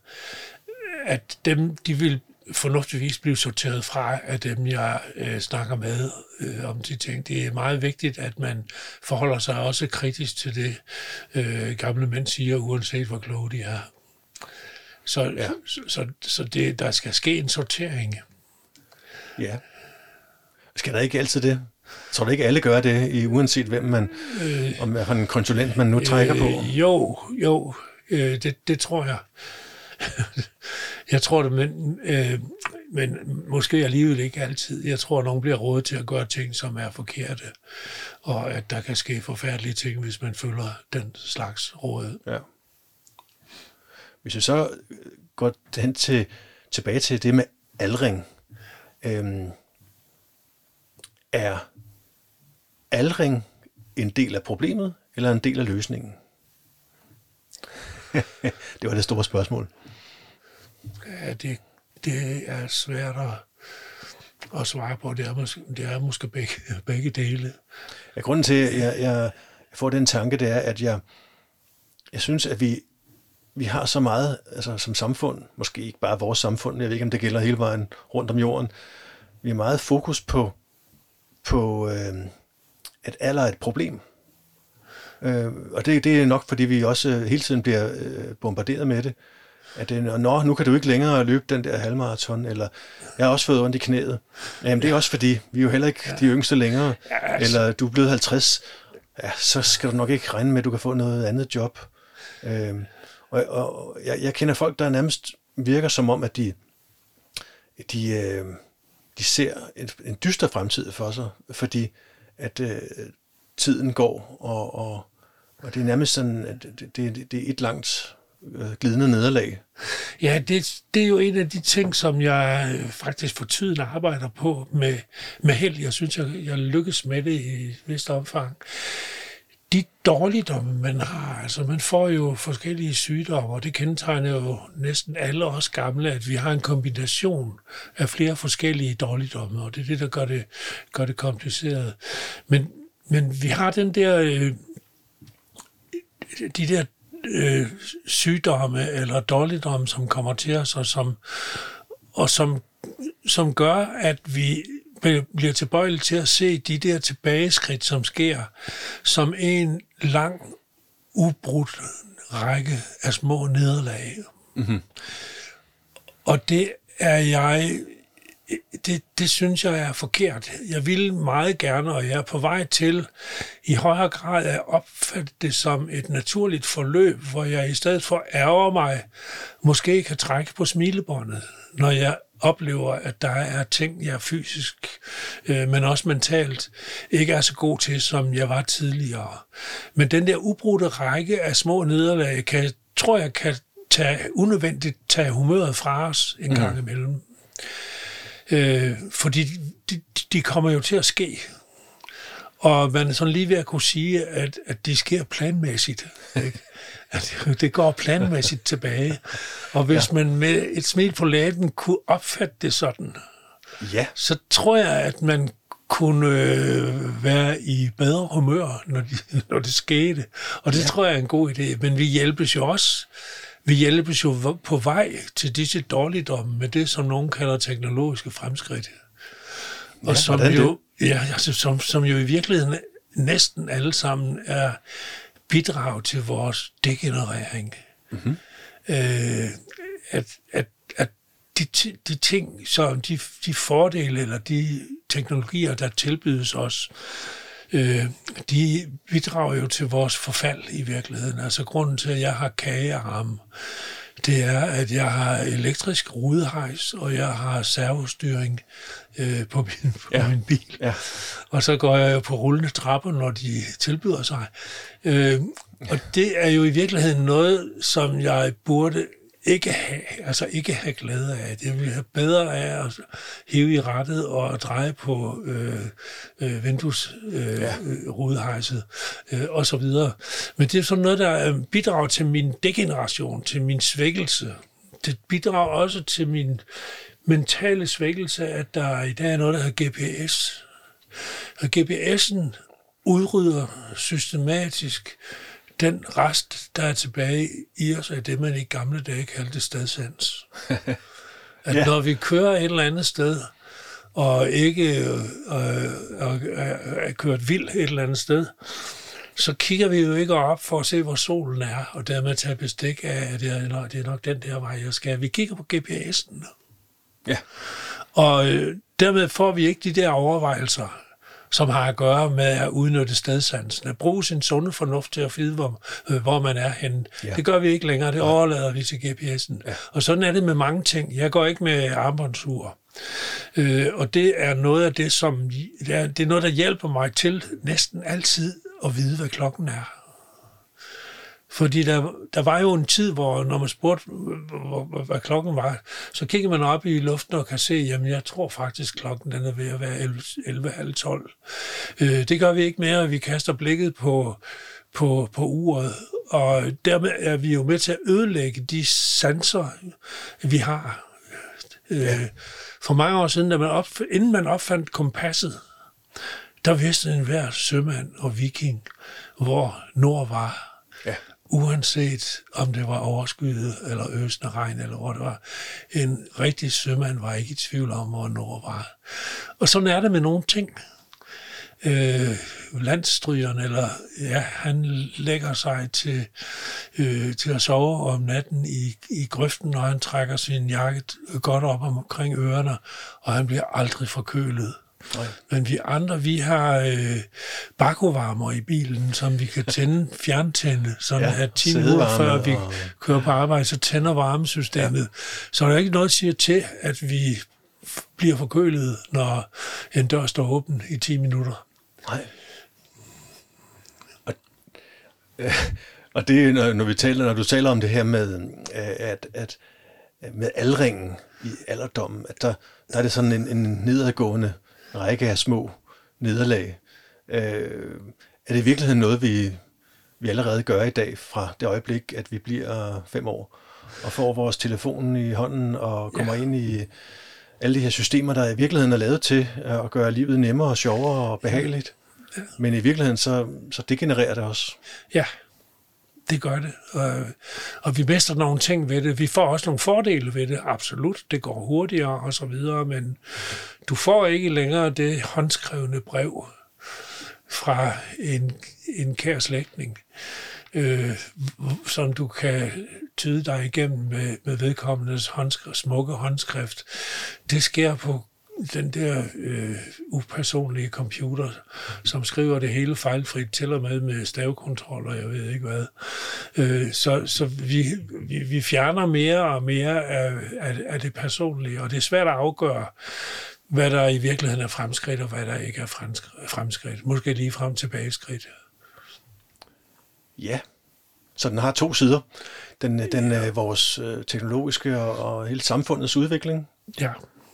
at dem, de vil fornuftigvis blive sorteret fra af dem, jeg øh, snakker med øh, om de ting. Det er meget vigtigt, at man forholder sig også kritisk til det, øh, gamle mænd siger, uanset hvor kloge de er. Så, ja. så, så, så det, der skal ske en sortering. Ja. Skal der ikke altid det? Tror du ikke, alle gør det, i uanset hvem man, øh, om hvad for en konsulent man nu trækker øh, på? Jo, jo, øh, det, det tror jeg. Jeg tror det, men øh, men måske alligevel ikke altid. Jeg tror, at nogen bliver rådet til at gøre ting, som er forkerte, og at der kan ske forfærdelige ting, hvis man følger den slags råd. Ja. Hvis jeg så går hen til, tilbage til det med aldring, øhm, er aldring en del af problemet, eller en del af løsningen? Det var det store spørgsmål. Ja, det, det er svært at, at svare på. Det er måske, det er måske begge, begge dele. Ja, grunden til, at jeg, jeg får den tanke, det er, at jeg, jeg synes, at vi, vi har så meget altså, som samfund, måske ikke bare vores samfund, jeg ved ikke, om det gælder hele vejen rundt om jorden, vi har meget fokus på, på øh, at alder er et problem. Øh, og det, det er nok, fordi vi også hele tiden bliver øh, bombarderet med det. At det, nå, nu kan du ikke længere løbe den der halvmarathon, eller jeg har også fået ondt i knæet. Jamen, det er også fordi, vi er jo heller ikke ja. de yngste længere. Ja, altså. Eller du er blevet halvtreds, ja, så skal du nok ikke regne med, at du kan få noget andet job. Øh, og og jeg, jeg kender folk, der nærmest virker som om, at de, de, øh, de ser en, en dyster fremtid for sig, fordi at øh, tiden går, og, og, og det er nærmest sådan, at det, det, det er et langt øh, glidende nederlag. Ja, det, det er jo en af de ting, som jeg faktisk for tiden arbejder på med, med held. Jeg synes, jeg, jeg lykkes med det i et vist omfang. De dårligdomme, man har, altså man får jo forskellige sygdomme, og det kendetegner jo næsten alle os gamle, at vi har en kombination af flere forskellige dårligdomme, og det er det, der gør det, gør det kompliceret. Men, men vi har den der, øh, de der øh, sygdomme eller dårligdomme, som kommer til os, og som, og som, som gør, at vi bliver tilbøjelige til at se de der tilbageskridt, som sker, som en lang, ubrudt række af små nederlag. Mm-hmm. Og det er jeg, det, det synes jeg er forkert. Jeg vil meget gerne, og jeg er på vej til i højere grad at opfatte det som et naturligt forløb, hvor jeg i stedet for ærger mig, måske kan trække på smilebåndet, når jeg oplever, at der er ting, jeg fysisk, øh, men også mentalt, ikke er så god til, som jeg var tidligere. Men den der ubrudte række af små nederlag, kan, tror jeg, kan tage, unødvendigt tage humøret fra os en gang mm. imellem. Øh, fordi de, de kommer jo til at ske. Og man er sådan lige ved at kunne sige, at, at de sker planmæssigt. Ikke? At det går planmæssigt tilbage. Og hvis ja. man med et smil på læben kunne opfatte det sådan, ja. så tror jeg, at man kunne øh, være i bedre humør, når, de, når det skete. Og det ja. tror jeg er en god idé. Men vi hjælpes jo også. Vi hjælpes jo på vej til disse dårligdomme med det, som nogen kalder teknologiske fremskridt. Og ja, som, jo, ja, altså, som, som jo i virkeligheden næsten alle sammen er bidrag til vores degenerering. Mm-hmm. Øh, at, at, at de, de ting, så de, de fordele eller de teknologier, der tilbydes os, øh, de bidrager jo til vores forfald i virkeligheden. Altså grunden til, at jeg har kagearme, det er, at jeg har elektrisk rudehejs, og jeg har servostyring øh, på, min, på ja. min bil. Ja. Og så går jeg jo på rullende trapper, når de tilbyder sig. Øh, og det er jo i virkeligheden noget, som jeg burde ikke have, altså ikke have glæde af. Det vil have bedre af at hive i rattet og dreje på øh, øh, vinduesrudehejset øh, øh, og så videre. Men det er sådan noget, der bidrager til min degeneration, til min svækkelse. Det bidrager også til min mentale svækkelse, at der i dag er noget, der hedder G P S. Og G P S'en udrydder systematisk den rest, der er tilbage i os, er det, man i gamle dage kaldte stedsans. At ja. når vi kører et eller andet sted, og ikke øh, øh, er kørt vildt et eller andet sted, så kigger vi jo ikke op for at se, hvor solen er, og dermed tage bestik af, at det er, det er nok den der vej, jeg skal. Vi kigger på G P S'en. Ja. Og øh, dermed får vi ikke de der overvejelser, som har at gøre med at udnytte stedsansen, at bruge sin sunde fornuft til at vide, hvor, øh, hvor man er henne. Ja. Det gør vi ikke længere, det overlader vi til G P S'en. Ja. Og sådan er det med mange ting. Jeg går ikke med armbåndsur. Øh, og det er noget af det, som det er, det er noget, der hjælper mig til næsten altid at vide, hvad klokken er. Fordi der, der var jo en tid, hvor når man spurgte, hvad, hvad klokken var, så kigger man op i luften og kan se, jamen jeg tror faktisk, klokken den er ved at være elleve halv tolv. Øh, det gør vi ikke mere, vi kaster blikket på, på, på uret, og dermed er vi jo med til at ødelægge de sanser, vi har. Ja. Øh, for mange år siden, da man op, inden man opfandt kompasset, der vidste enhver sømand og viking, hvor nord var. Ja. Uanset om det var overskyet eller øsende regn, eller hvor det var. En rigtig sømand var ikke i tvivl om, hvor nord var. Og sådan er det med nogle ting. Øh, landstrygeren, eller ja, han lægger sig til, øh, til at sove om natten i, i grøften, og han trækker sin jakke godt op omkring ørerne, og han bliver aldrig forkølet. Nej. Men vi andre, vi har øh, bakkovarmer i bilen, som vi kan tænde, fjerntænde, sådan ja, at ti minutter før vi og... kører på arbejde, så tænder varmesystemet. Ja. Så der er ikke noget, der siger til, at vi bliver forkølet, når en dør står åben i ti minutter. Nej. Og, øh, og det når, når vi taler, når du taler om det her med at, at med aldringen i alderdommen, at der, der er det sådan en, en nedadgående række af små nederlag. Øh, er det i virkeligheden noget, vi, vi allerede gør i dag, fra det øjeblik, at vi bliver fem år, og får vores telefon i hånden, og kommer ja. ind i alle de her systemer, der i virkeligheden er lavet til at gøre livet nemmere og sjovere og behageligt? Ja. Men i virkeligheden, så, så degenererer det også. Ja, det gør det. Og, og vi mister nogle ting ved det. Vi får også nogle fordele ved det, absolut. Det går hurtigere og så videre, men du får ikke længere det håndskrevne brev fra en, en kær slægtning, øh, som du kan tyde dig igennem med, med vedkommendes håndskrift, smukke håndskrift. Det sker på den der øh, upersonlige computer, som skriver det hele fejlfrit, til og med med stavekontrol, og jeg ved ikke hvad. Øh, så så vi, vi, vi fjerner mere og mere af, af, af det personlige, og det er svært at afgøre, hvad der i virkeligheden er fremskridt, og hvad der ikke er fremskridt. Måske lige frem tilbageskridt. Ja, så den har to sider. Den, den ja. vores teknologiske og, og hele samfundets udvikling. Ja.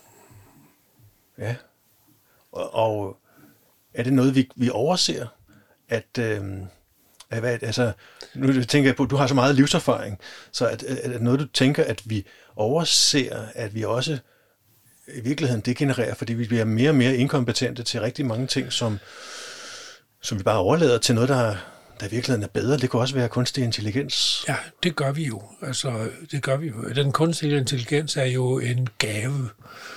Ja. Og, og er det noget, vi, vi overser? At, øh, at hvad, altså, nu tænker jeg på, at du har så meget livserfaring, så at, at, at noget, du tænker, at vi overser, at vi også i virkeligheden degenererer, fordi vi bliver mere og mere inkompetente til rigtig mange ting, som, som vi bare overlader til noget, der, der i virkeligheden er bedre. Det kunne også være kunstig intelligens. Ja, det gør vi jo. Altså, det gør vi jo. Den kunstige intelligens er jo en gave.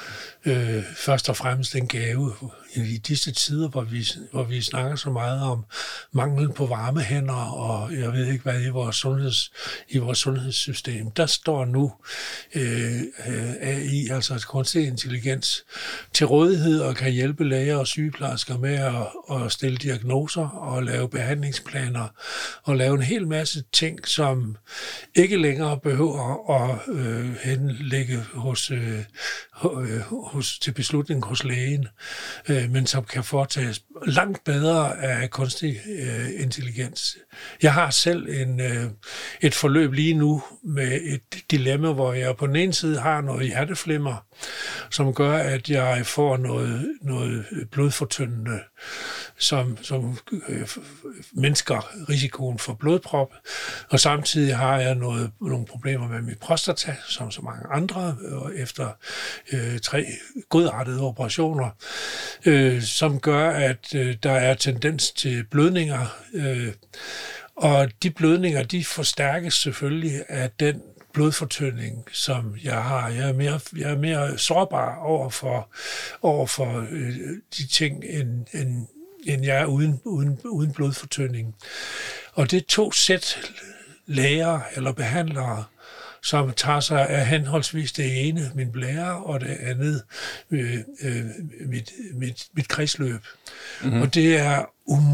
Øh, først og fremmest en gave i disse tider, hvor vi, hvor vi snakker så meget om manglen på varme hænder, og jeg ved ikke hvad, i vores, sundheds, i vores sundhedssystem. Der står nu øh, A I, altså kunstig intelligens, til rådighed og kan hjælpe læger og sygeplejersker med at, at stille diagnoser og lave behandlingsplaner og lave en hel masse ting, som ikke længere behøver at øh, henlægge hos, øh, hos, til beslutning hos lægen, øh, men som kan foretages langt bedre af kunstig øh, intelligens. Jeg har selv en, øh, et forløb lige nu med et dilemma, hvor jeg på den ene side har noget hjerteflimmer, som gør, at jeg får noget, noget blodfortyndende, som, som øh, mindsker risikoen for blodprop, og samtidig har jeg noget, nogle problemer med mit prostata, som så mange andre, og efter øh, tre godartede operationer, øh, som gør, at øh, der er tendens til blødninger, øh, og de blødninger, de forstærkes selvfølgelig af den blodfortynding, som jeg har. Jeg er mere, jeg er mere sårbar over for, over for øh, de ting, end, end, end jeg er uden, uden, uden blodfortynding. Og det er to sæt læger eller behandlere, som tager sig af henholdsvis det ene, min blære, og det andet, øh, øh, mit, mit, mit kredsløb. Mm-hmm. Og det er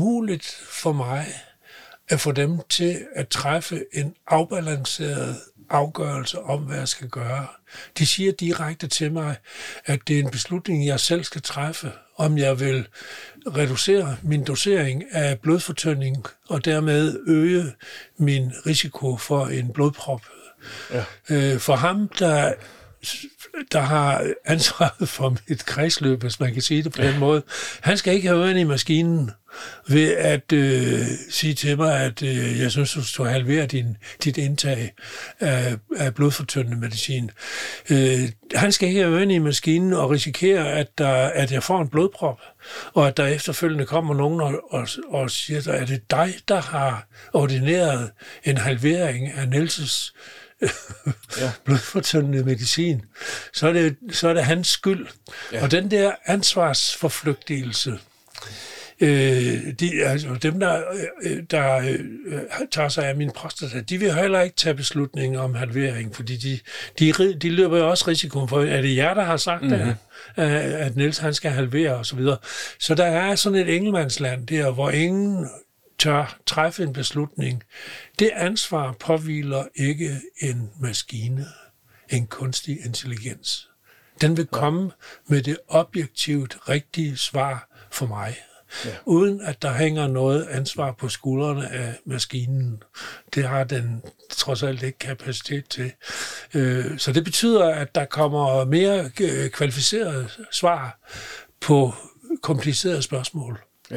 umuligt for mig at få dem til at træffe en afbalanceret afgørelse om, hvad jeg skal gøre. De siger direkte til mig, at det er en beslutning, jeg selv skal træffe, om jeg vil reducere min dosering af blodfortynding og dermed øge min risiko for en blodprop. Ja. For ham, der, der har ansvaret for mit kredsløb, hvis man kan sige det på den måde, han skal ikke have ørerne i maskinen ved at øh, sige til mig, at øh, jeg synes, du skal halvere din, dit indtag af, af blodfortyndende medicin. Øh, han skal ikke have ørerne i maskinen og risikere, at, der, at jeg får en blodprop, og at der efterfølgende kommer nogen og, og, og siger, at det er dig, der har ordineret en halvering af Niels' ja. blodfortyndende medicin, så er, det, så er det hans skyld. Ja. Og den der ansvarsforflygtigelse, øh, de, altså dem, der, der øh, tager sig af min prostata, de vil heller ikke tage beslutningen om halvering, fordi de, de, de løber jo også risikoen for, at det er jer, der har sagt mm-hmm. det, at Niels han skal halvere og så videre. Så der er sådan et engelmandsland der, hvor ingen tør træffe en beslutning. Det ansvar påhviler ikke en maskine, en kunstig intelligens. Den vil komme med det objektivt rigtige svar for mig, ja. Uden at der hænger noget ansvar på skuldrene af maskinen. Det har den trods alt ikke kapacitet til. Så det betyder, at der kommer mere kvalificerede svar på komplicerede spørgsmål. Ja.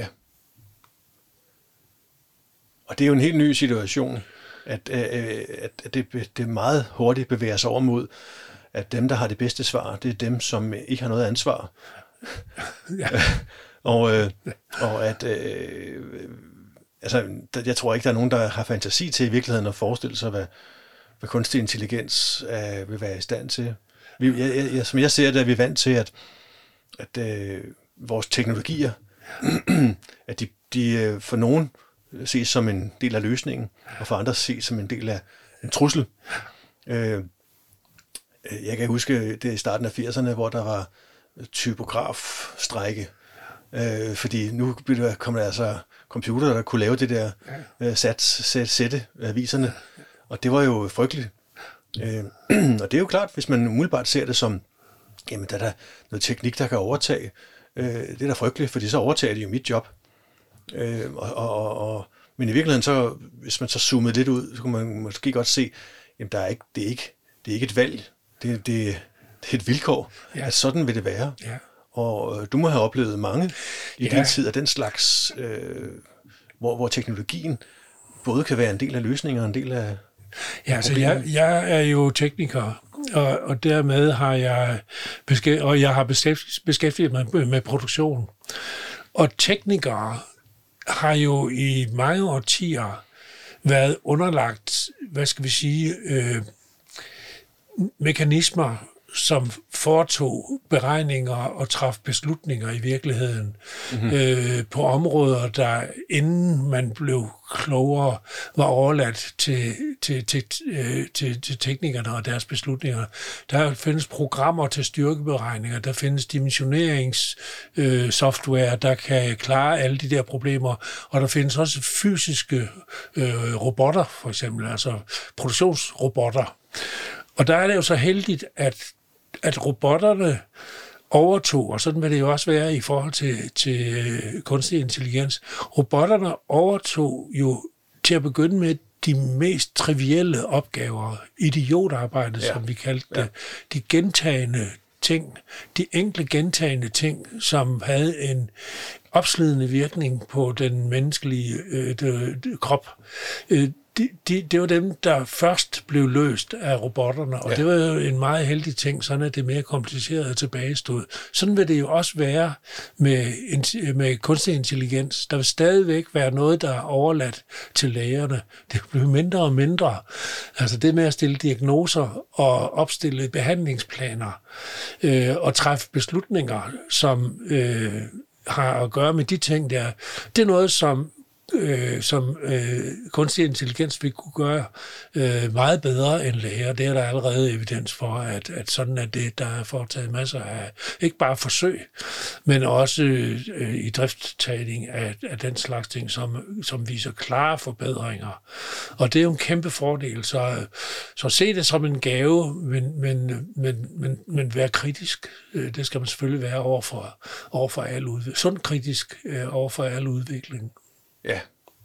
Og det er jo en helt ny situation, at, at, at det, det meget hurtigt bevæger sig over mod, at dem, der har det bedste svar, det er dem, som ikke har noget ansvar. Ja. og, øh, og at, øh, altså, jeg tror ikke, der er nogen, der har fantasi til i virkeligheden at forestille sig, hvad, hvad kunstig intelligens øh, vil være i stand til. Vi, jeg, jeg, som jeg ser det, er vi vant til, at, at øh, vores teknologier, at de, de for nogen ses som en del af løsningen, og for andre ses som en del af en trussel. Øh, jeg kan huske det i starten af firserne, hvor der var typografstrejke, øh, fordi nu kommer der altså computer, der kunne lave det der øh, sat, sæt, sætte aviserne, og det var jo frygteligt. Øh, og det er jo klart, hvis man umiddelbart ser det som, jamen der er der noget teknik, der kan overtage, øh, det er da frygteligt, fordi så overtager de jo mit job. Øh, og, og, og, men i virkeligheden, så, hvis man så zoomede lidt ud, så kunne man måske godt se, at der er ikke, det, er ikke, det er ikke et valg, det, det, det er et vilkår, ja. At sådan vil det være. Ja. Og øh, du må have oplevet mange i ja. din tid af den slags, øh, hvor, hvor teknologien både kan være en del af løsninger og en del af Ja, altså jeg, jeg er jo tekniker, og, og dermed har jeg, beskæft, og jeg har beskæftiget, beskæftiget mig med, med produktion. Og teknikere har jo i mange årtier været underlagt, hvad skal vi sige, øh, mekanismer, som foretog beregninger og traf beslutninger i virkeligheden mm-hmm. øh, på områder, der inden man blev klogere, var overladt til, til, til, til, til, til teknikerne og deres beslutninger. Der findes programmer til styrkeberegninger, der findes dimensioneringssoftware, øh, der kan klare alle de der problemer, og der findes også fysiske øh, robotter, for eksempel, altså produktionsrobotter. Og der er det jo så heldigt, at at robotterne overtog, og sådan vil det jo også være i forhold til, til kunstig intelligens, robotterne overtog jo til at begynde med de mest trivielle opgaver, idiotarbejde, ja. Som vi kaldte det, ja. De gentagende ting, de enkle gentagende ting, som havde en opslidende virkning på den menneskelige øh, de, de, krop. Øh, De, de, det var dem, der først blev løst af robotterne, og ja. Det var jo en meget heldig ting, sådan at det mere kompliceret tilbagestod. Sådan vil det jo også være med, med kunstig intelligens. Der vil stadigvæk være noget, der er overladt til lægerne. Det bliver mindre og mindre. Altså det med at stille diagnoser og opstille behandlingsplaner øh, og træffe beslutninger, som øh, har at gøre med de ting der, det er noget, som øh, som øh, kunstig intelligens vil kunne gøre øh, meget bedre end læger. Det er der allerede evidens for, at, at sådan er det. Der er foretaget masser af, ikke bare forsøg, men også øh, i drifttagning af, af den slags ting, som, som viser klare forbedringer. Og det er jo en kæmpe fordel. Så, så se det som en gave, men, men, men, men, men vær kritisk. Det skal man selvfølgelig være overfor, overfor al udvikling. Sund kritisk øh, overfor al udvikling. Ja.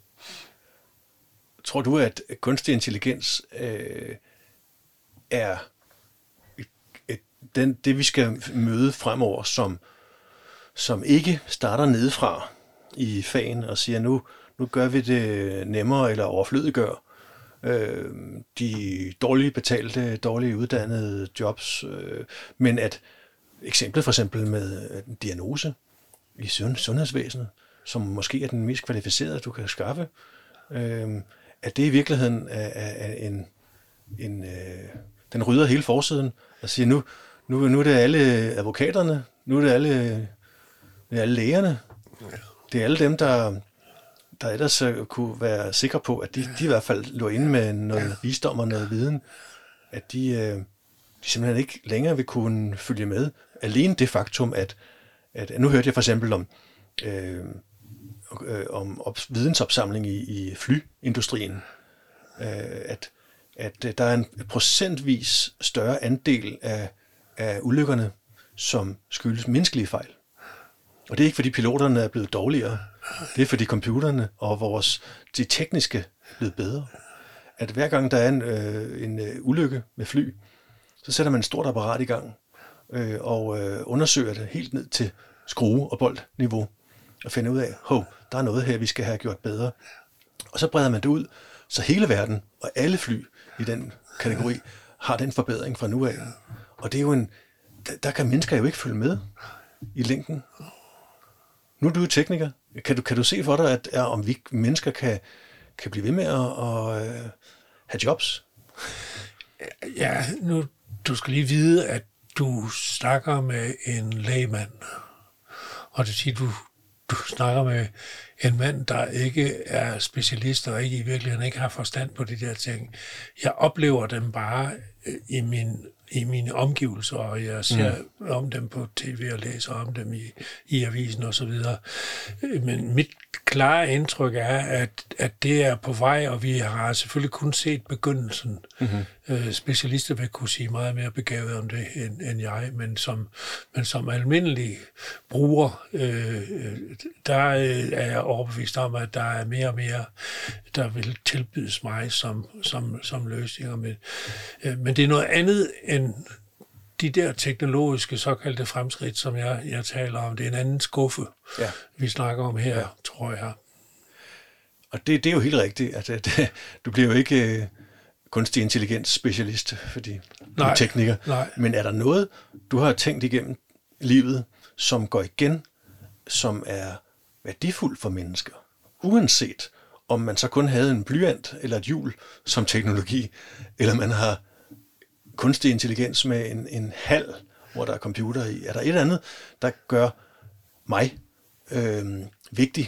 Tror du, at kunstig intelligens øh, er et, et, den, det, vi skal møde fremover, som, som ikke starter nedefra i fagen og siger, nu, nu gør vi det nemmere eller overflødiggør øh, de dårligt betalte, dårligt uddannede jobs, øh, men at eksemplet for eksempel med en diagnose i sundhedsvæsenet, som måske er den mest kvalificerede, du kan skaffe, øh, at det i virkeligheden er, er en, en øh, den rydder hele forsiden og siger, nu, nu, nu er det alle advokaterne, nu er det alle, det er alle lægerne, det er alle dem, der, der ellers kunne være sikre på, at de, de i hvert fald lå inde med noget visdom og noget viden, at de, øh, de simpelthen ikke længere vil kunne følge med. Alene det faktum, at, at nu hørte jeg for eksempel om øh, øh, om op, vidensopsamling i, i flyindustrien, øh, at, at der er en procentvis større andel af, af ulykkerne, som skyldes menneskelige fejl. Og det er ikke, fordi piloterne er blevet dårligere. Det er, fordi computerne og vores, de tekniske er blevet bedre. At hver gang der er en, øh, en øh, ulykke med fly, så sætter man et stort apparat i gang øh, og øh, undersøger det helt ned til skrue- og boldniveau og finder ud af, hov, der er noget her, vi skal have gjort bedre. Og så breder man det ud, så hele verden og alle fly i den kategori har den forbedring fra nu af. Og det er jo en, der, der kan mennesker jo ikke følge med i længden. Nu er du jo tekniker. Kan du, kan du se for dig, at, at om vi mennesker kan, kan blive ved med at, at, at have jobs? Ja, nu du skal lige vide, at du snakker med en lægmand. Og det siger, du, du snakker med en mand, der ikke er specialist og ikke i virkeligheden ikke har forstand på de der ting. Jeg oplever dem bare i min i mine omgivelser, og jeg ser mm. om dem på tv og læser om dem i, i avisen og så videre. Men mit klare indtryk er, at, at det er på vej, og vi har selvfølgelig kun set begyndelsen. Mm-hmm. Øh, specialister vil kunne sige meget mere begavet om det end, end jeg, men som, men som almindelig bruger, øh, der er jeg overbevist om, at der er mere og mere, der vil tilbydes mig som, som, som løsninger. Men, øh, men det er noget andet end de der teknologiske såkaldte fremskridt, som jeg, jeg taler om. Det er en anden skuffe, ja. vi snakker om her, ja. tror jeg. Og det, det er jo helt rigtigt. At, at du bliver jo ikke uh, kunstig intelligens specialist, fordi du er tekniker. Nej. Men er der noget, du har tænkt igennem livet, som går igen, som er værdifuldt for mennesker, uanset om man så kun havde en blyant eller et hjul som teknologi, eller man har kunstig intelligens med en, en hal, hvor der er computer i. Er der et eller andet, der gør mig øh, vigtig,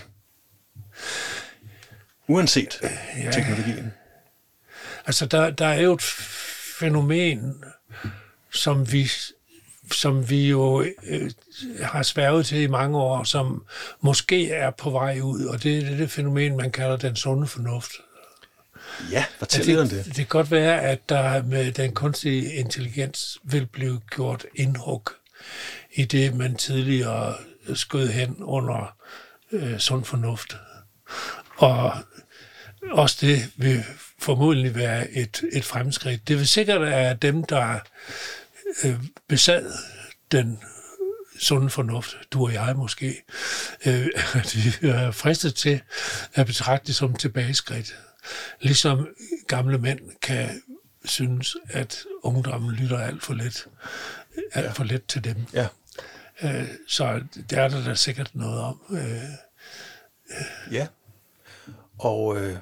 uanset ja. teknologien? Altså, der, der er jo et fænomen, som vi, som vi jo øh, har sværget til i mange år, som måske er på vej ud, og det er det, det fænomen, man kalder den sunde fornuft. Ja, fortæl lidt om det. Det kan godt være, at der med den kunstige intelligens vil blive gjort indhug i det, man tidligere skød hen under øh, sund fornuft. Og også det vil formodentlig være et, et fremskridt. Det vil sikkert være dem, der øh, besad den sunde fornuft, du og jeg måske, øh, de er fristet til at betragte det som tilbageskridt. Ligesom gamle mænd kan synes, at ungdommen lytter alt for let, alt ja. for let til dem. Ja. Øh, så der er der da sikkert noget om. Øh, øh. Ja. Og øh,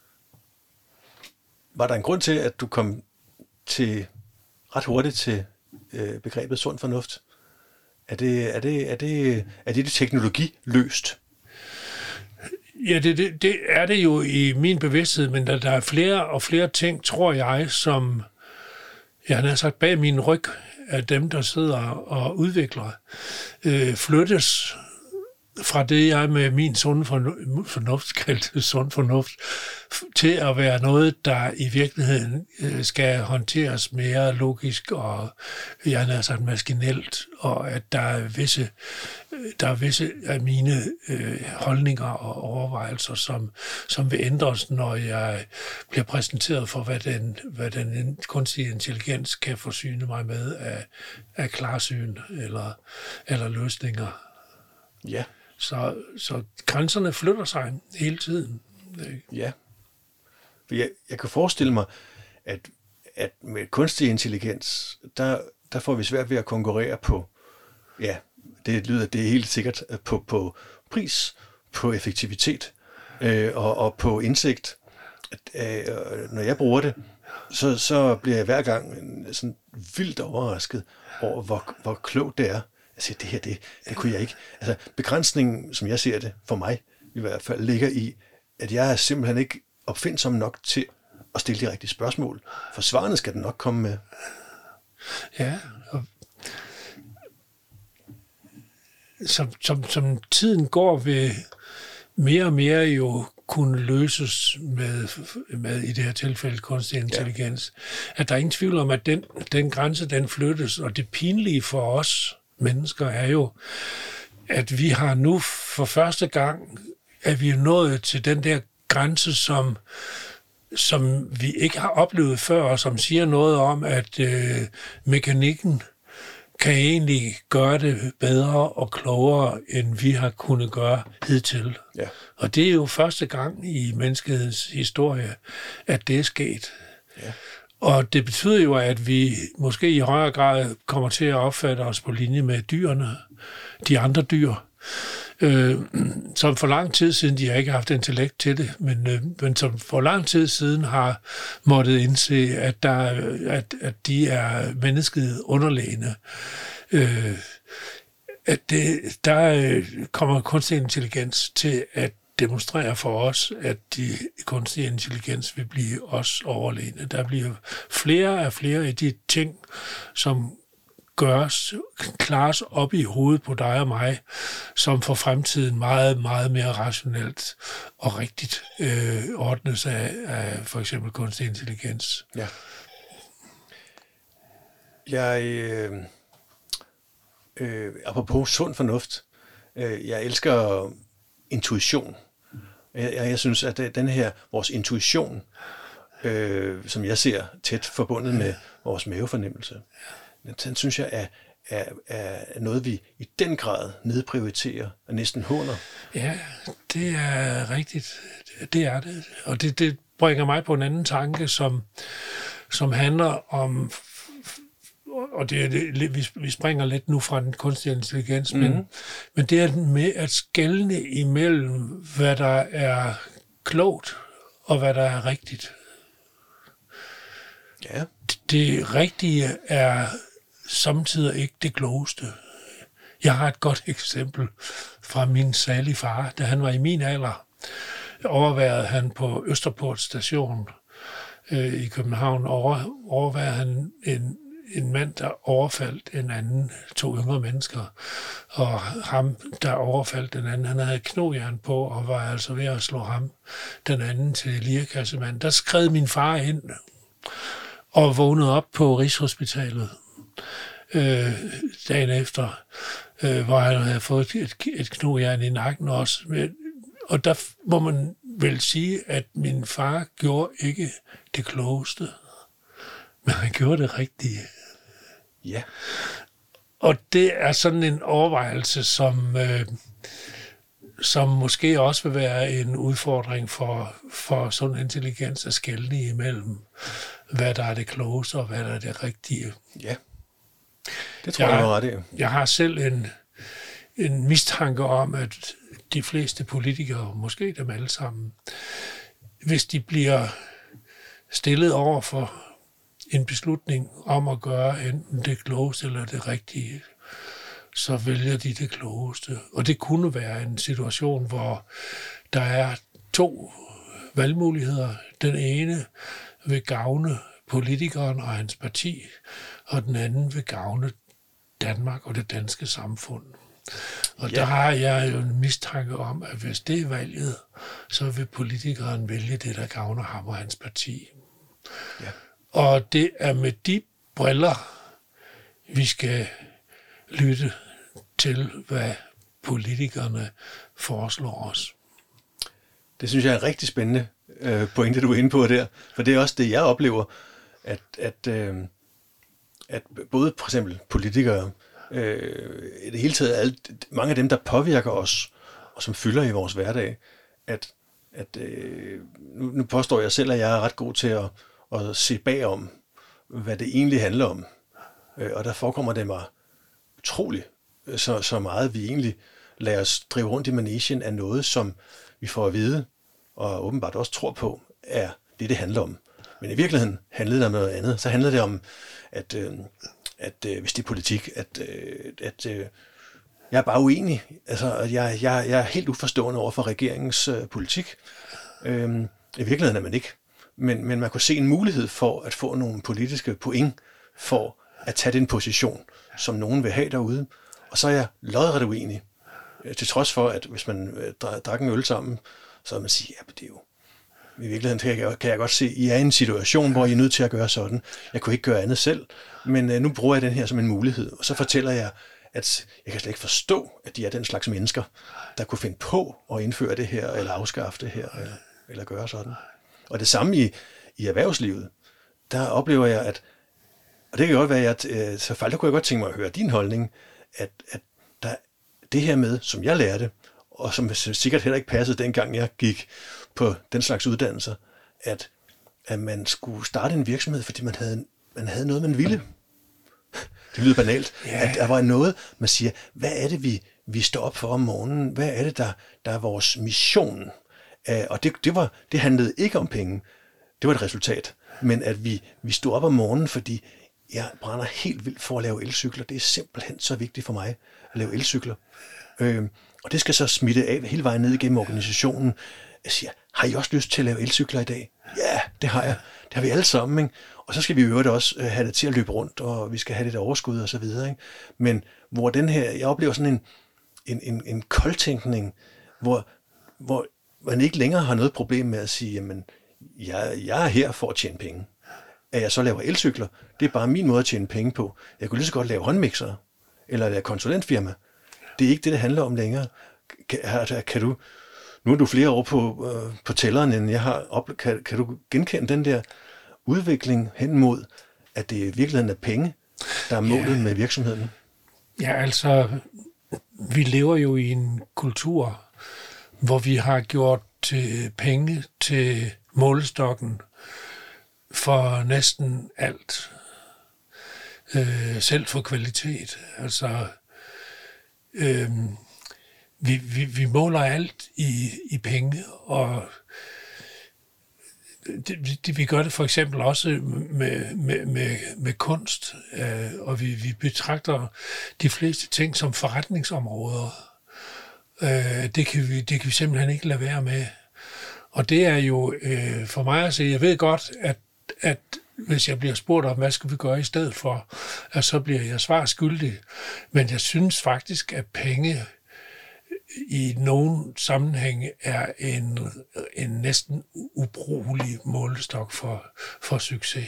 var der en grund til, at du kom til ret hurtigt til øh, begrebet sund fornuft? Er det, er det, er det, er det, det teknologiløst? Ja, det, det, det er det jo i min bevidsthed, men der, der er flere og flere ting, tror jeg, som jeg har sagt bag min ryg af dem, der sidder og udvikler, øh, flyttes fra det, jeg med min sunde fornuft kaldte sund fornuft, til at være noget, der i virkeligheden skal håndteres mere logisk og, jeg har sagt, maskinelt, og at der er visse, der er visse af mine øh, holdninger og overvejelser, som, som vil ændres, når jeg bliver præsenteret for, hvad den, hvad den kunstige intelligens kan forsyne mig med af, af klarsyn eller, eller løsninger. Ja. Så, så grænserne flytter sig hele tiden. Ja. Jeg, jeg kan forestille mig, at, at med kunstig intelligens, der, der får vi svært ved at konkurrere på, ja, det lyder, det er helt sikkert, på, på pris, på effektivitet øh, og, og på indsigt. At, øh, når jeg bruger det, så, så bliver jeg hver gang sådan vildt overrasket over, hvor, hvor klogt det er. Jeg siger, det her, det, det kunne jeg ikke. Altså, begrænsningen, som jeg ser det, for mig i hvert fald, ligger i, at jeg er simpelthen ikke opfindsom nok til at stille de rigtige spørgsmål. For svarene skal den nok komme med. Ja, og som, som, som tiden går, vil mere og mere jo kunne løses med, med i det her tilfælde kunstig intelligens. Ja. At der er ingen tvivl om, at den, den grænse, den flyttes, og det pinlige for os mennesker er jo, at vi har nu for første gang, at vi er nået til den der grænse, som, som vi ikke har oplevet før, og som siger noget om, at øh, mekanikken kan egentlig gøre det bedre og klogere, end vi har kunnet gøre hidtil. Ja. Og det er jo første gang i menneskehedens historie, at det er sket. Ja. Og det betyder jo, at vi måske i højere grad kommer til at opfatte os på linje med dyrene, de andre dyr, øh, som for lang tid siden, de har ikke haft intellekt til det, men, øh, men som for lang tid siden har måttet indse, at, der, at, at de er mennesket underlegne. Øh, at det, der kommer kunstig intelligens til at demonstrere for os, at de kunstig intelligens vil blive os overlegne. Der bliver flere af flere af de ting, som gøres, klares op i hovedet på dig og mig, som for fremtiden meget, meget mere rationelt og rigtigt øh, ordnes af, af for eksempel kunstig intelligens. Ja. Jeg, øh, øh, apropos sund fornuft, øh, jeg elsker intuition. Jeg, jeg synes, at den her, vores intuition, øh, som jeg ser tæt forbundet med vores mavefornemmelse, den synes jeg er, er, er noget, vi i den grad nedprioriterer og næsten håner. Ja, det er rigtigt. Det er det. Og det, det bringer mig på en anden tanke, som, som handler om, og det, det, vi, vi springer lidt nu fra den kunstige intelligens, mm-hmm. men, men det er med at skelne imellem, hvad der er klogt og hvad der er rigtigt. Ja. Det, det rigtige er samtidig ikke det klogeste. Jeg har et godt eksempel fra min salige far. Da han var i min alder, overværede han på Østerport station øh, i København, over, overværede han en, en mand, der overfaldt en anden, to yngre mennesker. Og ham, der overfaldt den anden, han havde knogjern på, og var altså ved at slå ham, den anden, til lirekassemand. Der skred min far ind og vågnede op på Rigshospitalet øh, dagen efter, øh, hvor han havde fået et, et knogjern i nakken også. Og der må man vel sige, at min far gjorde ikke det klogeste, men han gjorde det rigtige. Ja. Og det er sådan en overvejelse, som, øh, som måske også vil være en udfordring for, for sådan intelligens at skelne imellem, hvad der er det klogeste og hvad der er det rigtige. Ja, det tror jeg, jeg var det. Jeg har selv en, en mistanke om, at de fleste politikere, måske dem alle sammen, hvis de bliver stillet over for en beslutning om at gøre enten det klogeste eller det rigtige, så vælger de det klogeste. Og det kunne være en situation, hvor der er to valgmuligheder. Den ene vil gavne politikeren og hans parti, og den anden vil gavne Danmark og det danske samfund. Og ja. Der har jeg jo en mistanke om, at hvis det er valget, så vil politikeren vælge det, der gavner ham og hans parti. Ja. Og det er med de briller, vi skal lytte til, hvad politikerne foreslår os. Det synes jeg er en rigtig spændende øh, pointe, du er inde på der. For det er også det, jeg oplever, at, at, øh, at både for eksempel politikere, øh, i det hele taget alle, mange af dem, der påvirker os, og som fylder i vores hverdag, at, at øh, nu, nu påstår jeg selv, at jeg er ret god til at, at se bagom, hvad det egentlig handler om. Øh, og der forekommer det mig utroligt, så, så meget vi egentlig lader os drive rundt i manesien af noget, som vi får at vide, og åbenbart også tror på, er det, det handler om. Men i virkeligheden handlede det om noget andet. Så handlede det om, at, øh, at øh, hvis det er politik, at, øh, at øh, jeg er bare uenig. Altså, jeg, jeg, jeg er helt uforstående over for regeringens øh, politik. Øh, I virkeligheden er man ikke. Men, men man kunne se en mulighed for at få nogle politiske point for at tage den position, som nogen vil have derude. Og så er jeg lodret uenig. Til trods for, at hvis man drak en øl sammen, så vil man sige, ja, det er jo... I virkeligheden kan jeg, kan jeg godt se, at I er i en situation, hvor I er nødt til at gøre sådan. Jeg kunne ikke gøre andet selv, men nu bruger jeg den her som en mulighed. Og så fortæller jeg, at jeg kan slet ikke forstå, at de er den slags mennesker, der kunne finde på at indføre det her, eller afskaffe det her, eller, eller gøre sådan. Og det samme i, i erhvervslivet, der oplever jeg, at... Og det kan godt være, at så faktisk kunne jeg godt tænke mig at høre din holdning, at, at der det her med, som jeg lærte, og som sikkert heller ikke passede dengang jeg gik på den slags uddannelser, at, at man skulle starte en virksomhed, fordi man havde, man havde noget, man ville. Det lyder banalt. Yeah. At der var noget, man siger, hvad er det, vi, vi står op for om morgenen? Hvad er det, der, der er vores mission? Uh, og det, det, var, det handlede ikke om penge. Det var et resultat. Men at vi, vi stod op om morgenen, fordi jeg brænder helt vildt for at lave elcykler. Det er simpelthen så vigtigt for mig at lave elcykler. Øh, og det skal så smitte af hele vejen ned igennem organisationen. Jeg siger, har I også lyst til at lave elcykler i dag? Ja, det har jeg. Det har vi alle sammen, ikke? Og så skal vi i øvrigt også have det til at løbe rundt, og vi skal have lidt overskud og så videre, ikke? Men hvor den her, jeg oplever sådan en, en, en, en koldtænkning, hvor, hvor man ikke længere har noget problem med at sige, jamen, jeg, jeg er her for at tjene penge. At jeg så laver elcykler, det er bare min måde at tjene penge på. Jeg kunne lige så godt lave håndmixere, eller lave konsulentfirma. Det er ikke det, det handler om længere. Kan, kan du, nu er du flere år på, øh, på tælleren, end jeg har oplevet. Kan, kan du genkende den der udvikling hen mod, at det i virkeligheden er penge, der er målet ja. Med virksomheden? Ja, altså, vi lever jo i en kultur, hvor vi har gjort til penge til målestokken for næsten alt. Øh, selv for kvalitet. Altså, øh, vi, vi, vi måler alt i, i penge, og det, det, vi gør det for eksempel også med, med, med, med kunst, øh, og vi, vi betragter de fleste ting som forretningsområder. Øh, det, kan vi, det kan vi simpelthen ikke lade være med. Og det er jo øh, for mig at sige, jeg ved godt, at, at hvis jeg bliver spurgt om, hvad skal vi gøre i stedet for, at så bliver jeg svar skyldig. Men jeg synes faktisk, at penge i nogle sammenhænge er en, en næsten ubrugelig målestok for, for succes.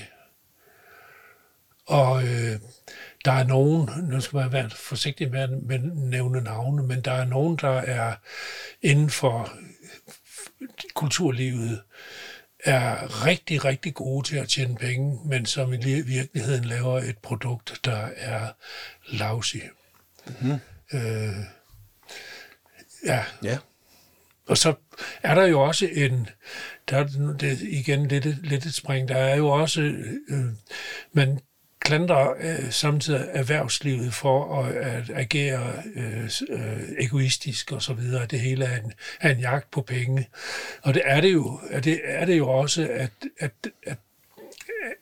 Og øh, der er nogen, nu skal man være forsigtig med at nævne navne, men der er nogen, der er inden for kulturlivet, er rigtig, rigtig gode til at tjene penge, men som i virkeligheden laver et produkt, der er lousy. Mm-hmm. Øh, ja. ja. Og så er der jo også en, der er det, igen lidt, lidt et spring, der er jo også, øh, man klandrer øh, samtidig erhvervslivet for at, at agere øh, øh, egoistisk og så videre. Det hele er en, er en jagt på penge. Og det er det jo, er det, er det jo også, at, at, at,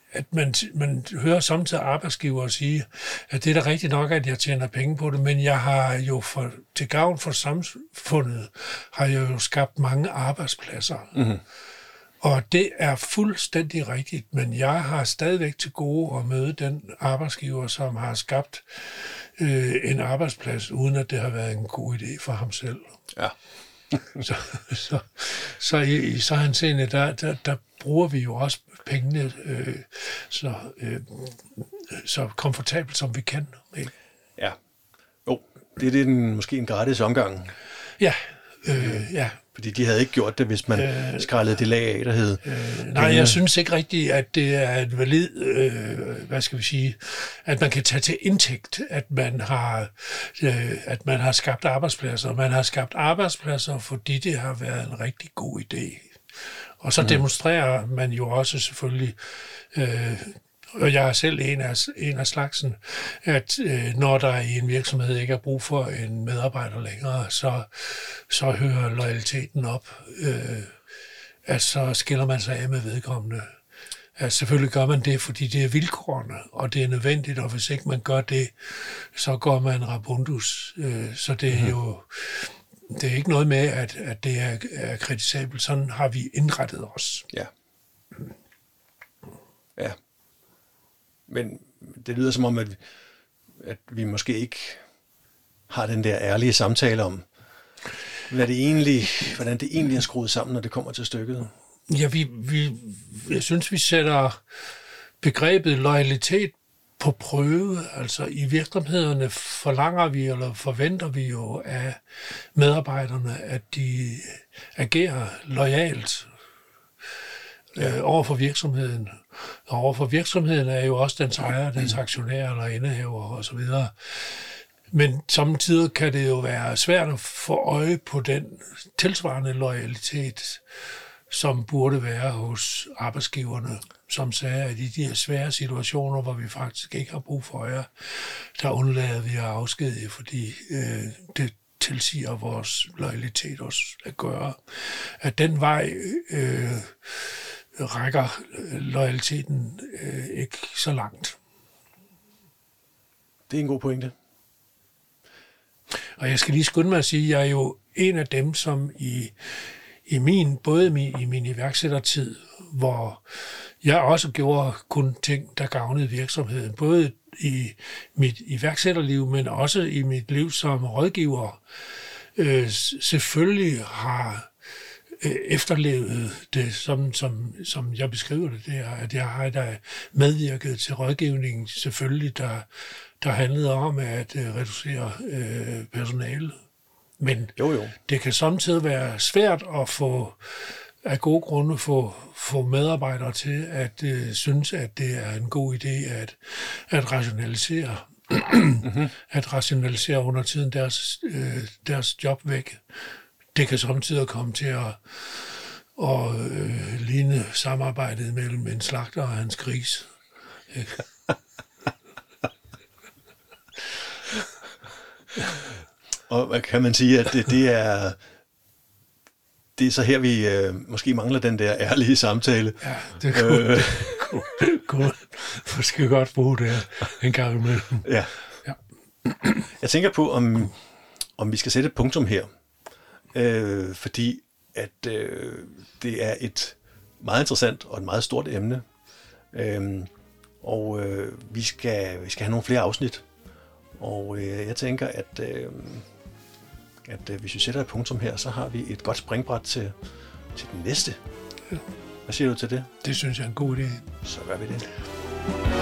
at man, man hører samtidig arbejdsgivere sige, at det er da rigtigt nok, at jeg tjener penge på det, men jeg har jo for, til gavn for samfundet, har jeg jo skabt mange arbejdspladser. Mm-hmm. Og det er fuldstændig rigtigt, men jeg har stadigvæk til gode at møde den arbejdsgiver, som har skabt øh, en arbejdsplads, uden at det har været en god idé for ham selv. Ja. så, så, så i, i så henseende, der, der, der bruger vi jo også pengene øh, så, øh, så komfortabelt, som vi kan. Ikke? Ja. Jo, det er det en, måske en gratis omgang. Ja, øh, ja. Fordi de havde ikke gjort det, hvis man øh, skrællede det lag af, der hed... Øh, nej, jeg synes ikke rigtigt, at det er et valid, øh, hvad skal vi sige, at man kan tage til indtægt, at man har, øh, at man har skabt arbejdspladser. Man har skabt arbejdspladser, fordi det har været en rigtig god idé. Og så mm. demonstrerer man jo også selvfølgelig... Øh, og jeg er selv en af, en af slagsen, at øh, når der i en virksomhed ikke er brug for en medarbejder længere, så, så hører loyaliteten op. Øh, at så skiller man sig af med vedkommende. At selvfølgelig gør man det, fordi det er vilkårene, og det er nødvendigt, og hvis ikke man gør det, så går man rabundus. Øh, så det er jo det er ikke noget med, at, at det er, er kritisabelt. Sådan har vi indrettet os. Ja. Ja. Men det lyder som om, at vi, at vi måske ikke har den der ærlige samtale om, hvad det egentlig, hvordan det egentlig er skruet sammen, når det kommer til stykket. Ja, vi, vi, jeg synes, vi sætter begrebet loyalitet på prøve. Altså i virksomhederne forlanger vi, eller forventer vi jo af medarbejderne, at de agerer loyalt øh, over for virksomheden. Og over for virksomheden er jo også dens ejer, dens aktionærer eller indehaver og så videre. Men samtidig kan det jo være svært at få øje på den tilsvarende loyalitet, som burde være hos arbejdsgiverne, som sagde, at i de her svære situationer, hvor vi faktisk ikke har brug for jer, der undlader vi at afskedige, fordi øh, det tilsiger vores loyalitet også at gøre. At den vej øh, rækker loyaliteten øh, ikke så langt. Det er en god pointe. Og jeg skal lige skynde mig at sige, at jeg er jo en af dem, som i, i min, både min, i min iværksættertid, hvor jeg også gjorde kun ting, der gavnede virksomheden, både i mit iværksætterliv, men også i mit liv som rådgiver, øh, selvfølgelig har øh, efterlevet det, som, som, som jeg beskriver det der, at jeg har da medvirket til rådgivningen, selvfølgelig, der der handlede om at øh, reducere øh, personale. Men jo, jo. det kan samtidig være svært at få, af gode grunde, få, få medarbejdere til at øh, synes, at det er en god idé at, at rationalisere. mm-hmm. At rationalisere under tiden deres, øh, deres job væk. Det kan samtidig komme til at og, øh, ligne samarbejdet mellem en slagter og hans gris. Og hvad kan man sige, at det, det er det er så her, vi øh, måske mangler den der ærlige samtale. Ja, det kunne, øh. kunne, kunne måske godt bruge det en gang imellem. Ja. Ja. Jeg tænker på, om, om vi skal sætte et punktum her. Øh, fordi at øh, det er et meget interessant og et meget stort emne. Øh, og øh, vi, skal, vi skal have nogle flere afsnit. Og øh, jeg tænker, at, øh, at øh, hvis vi sætter et punktum her, så har vi et godt springbræt til, til den næste. Ja. Hvad siger du til det? Det synes jeg er en god idé. Så gør vi det.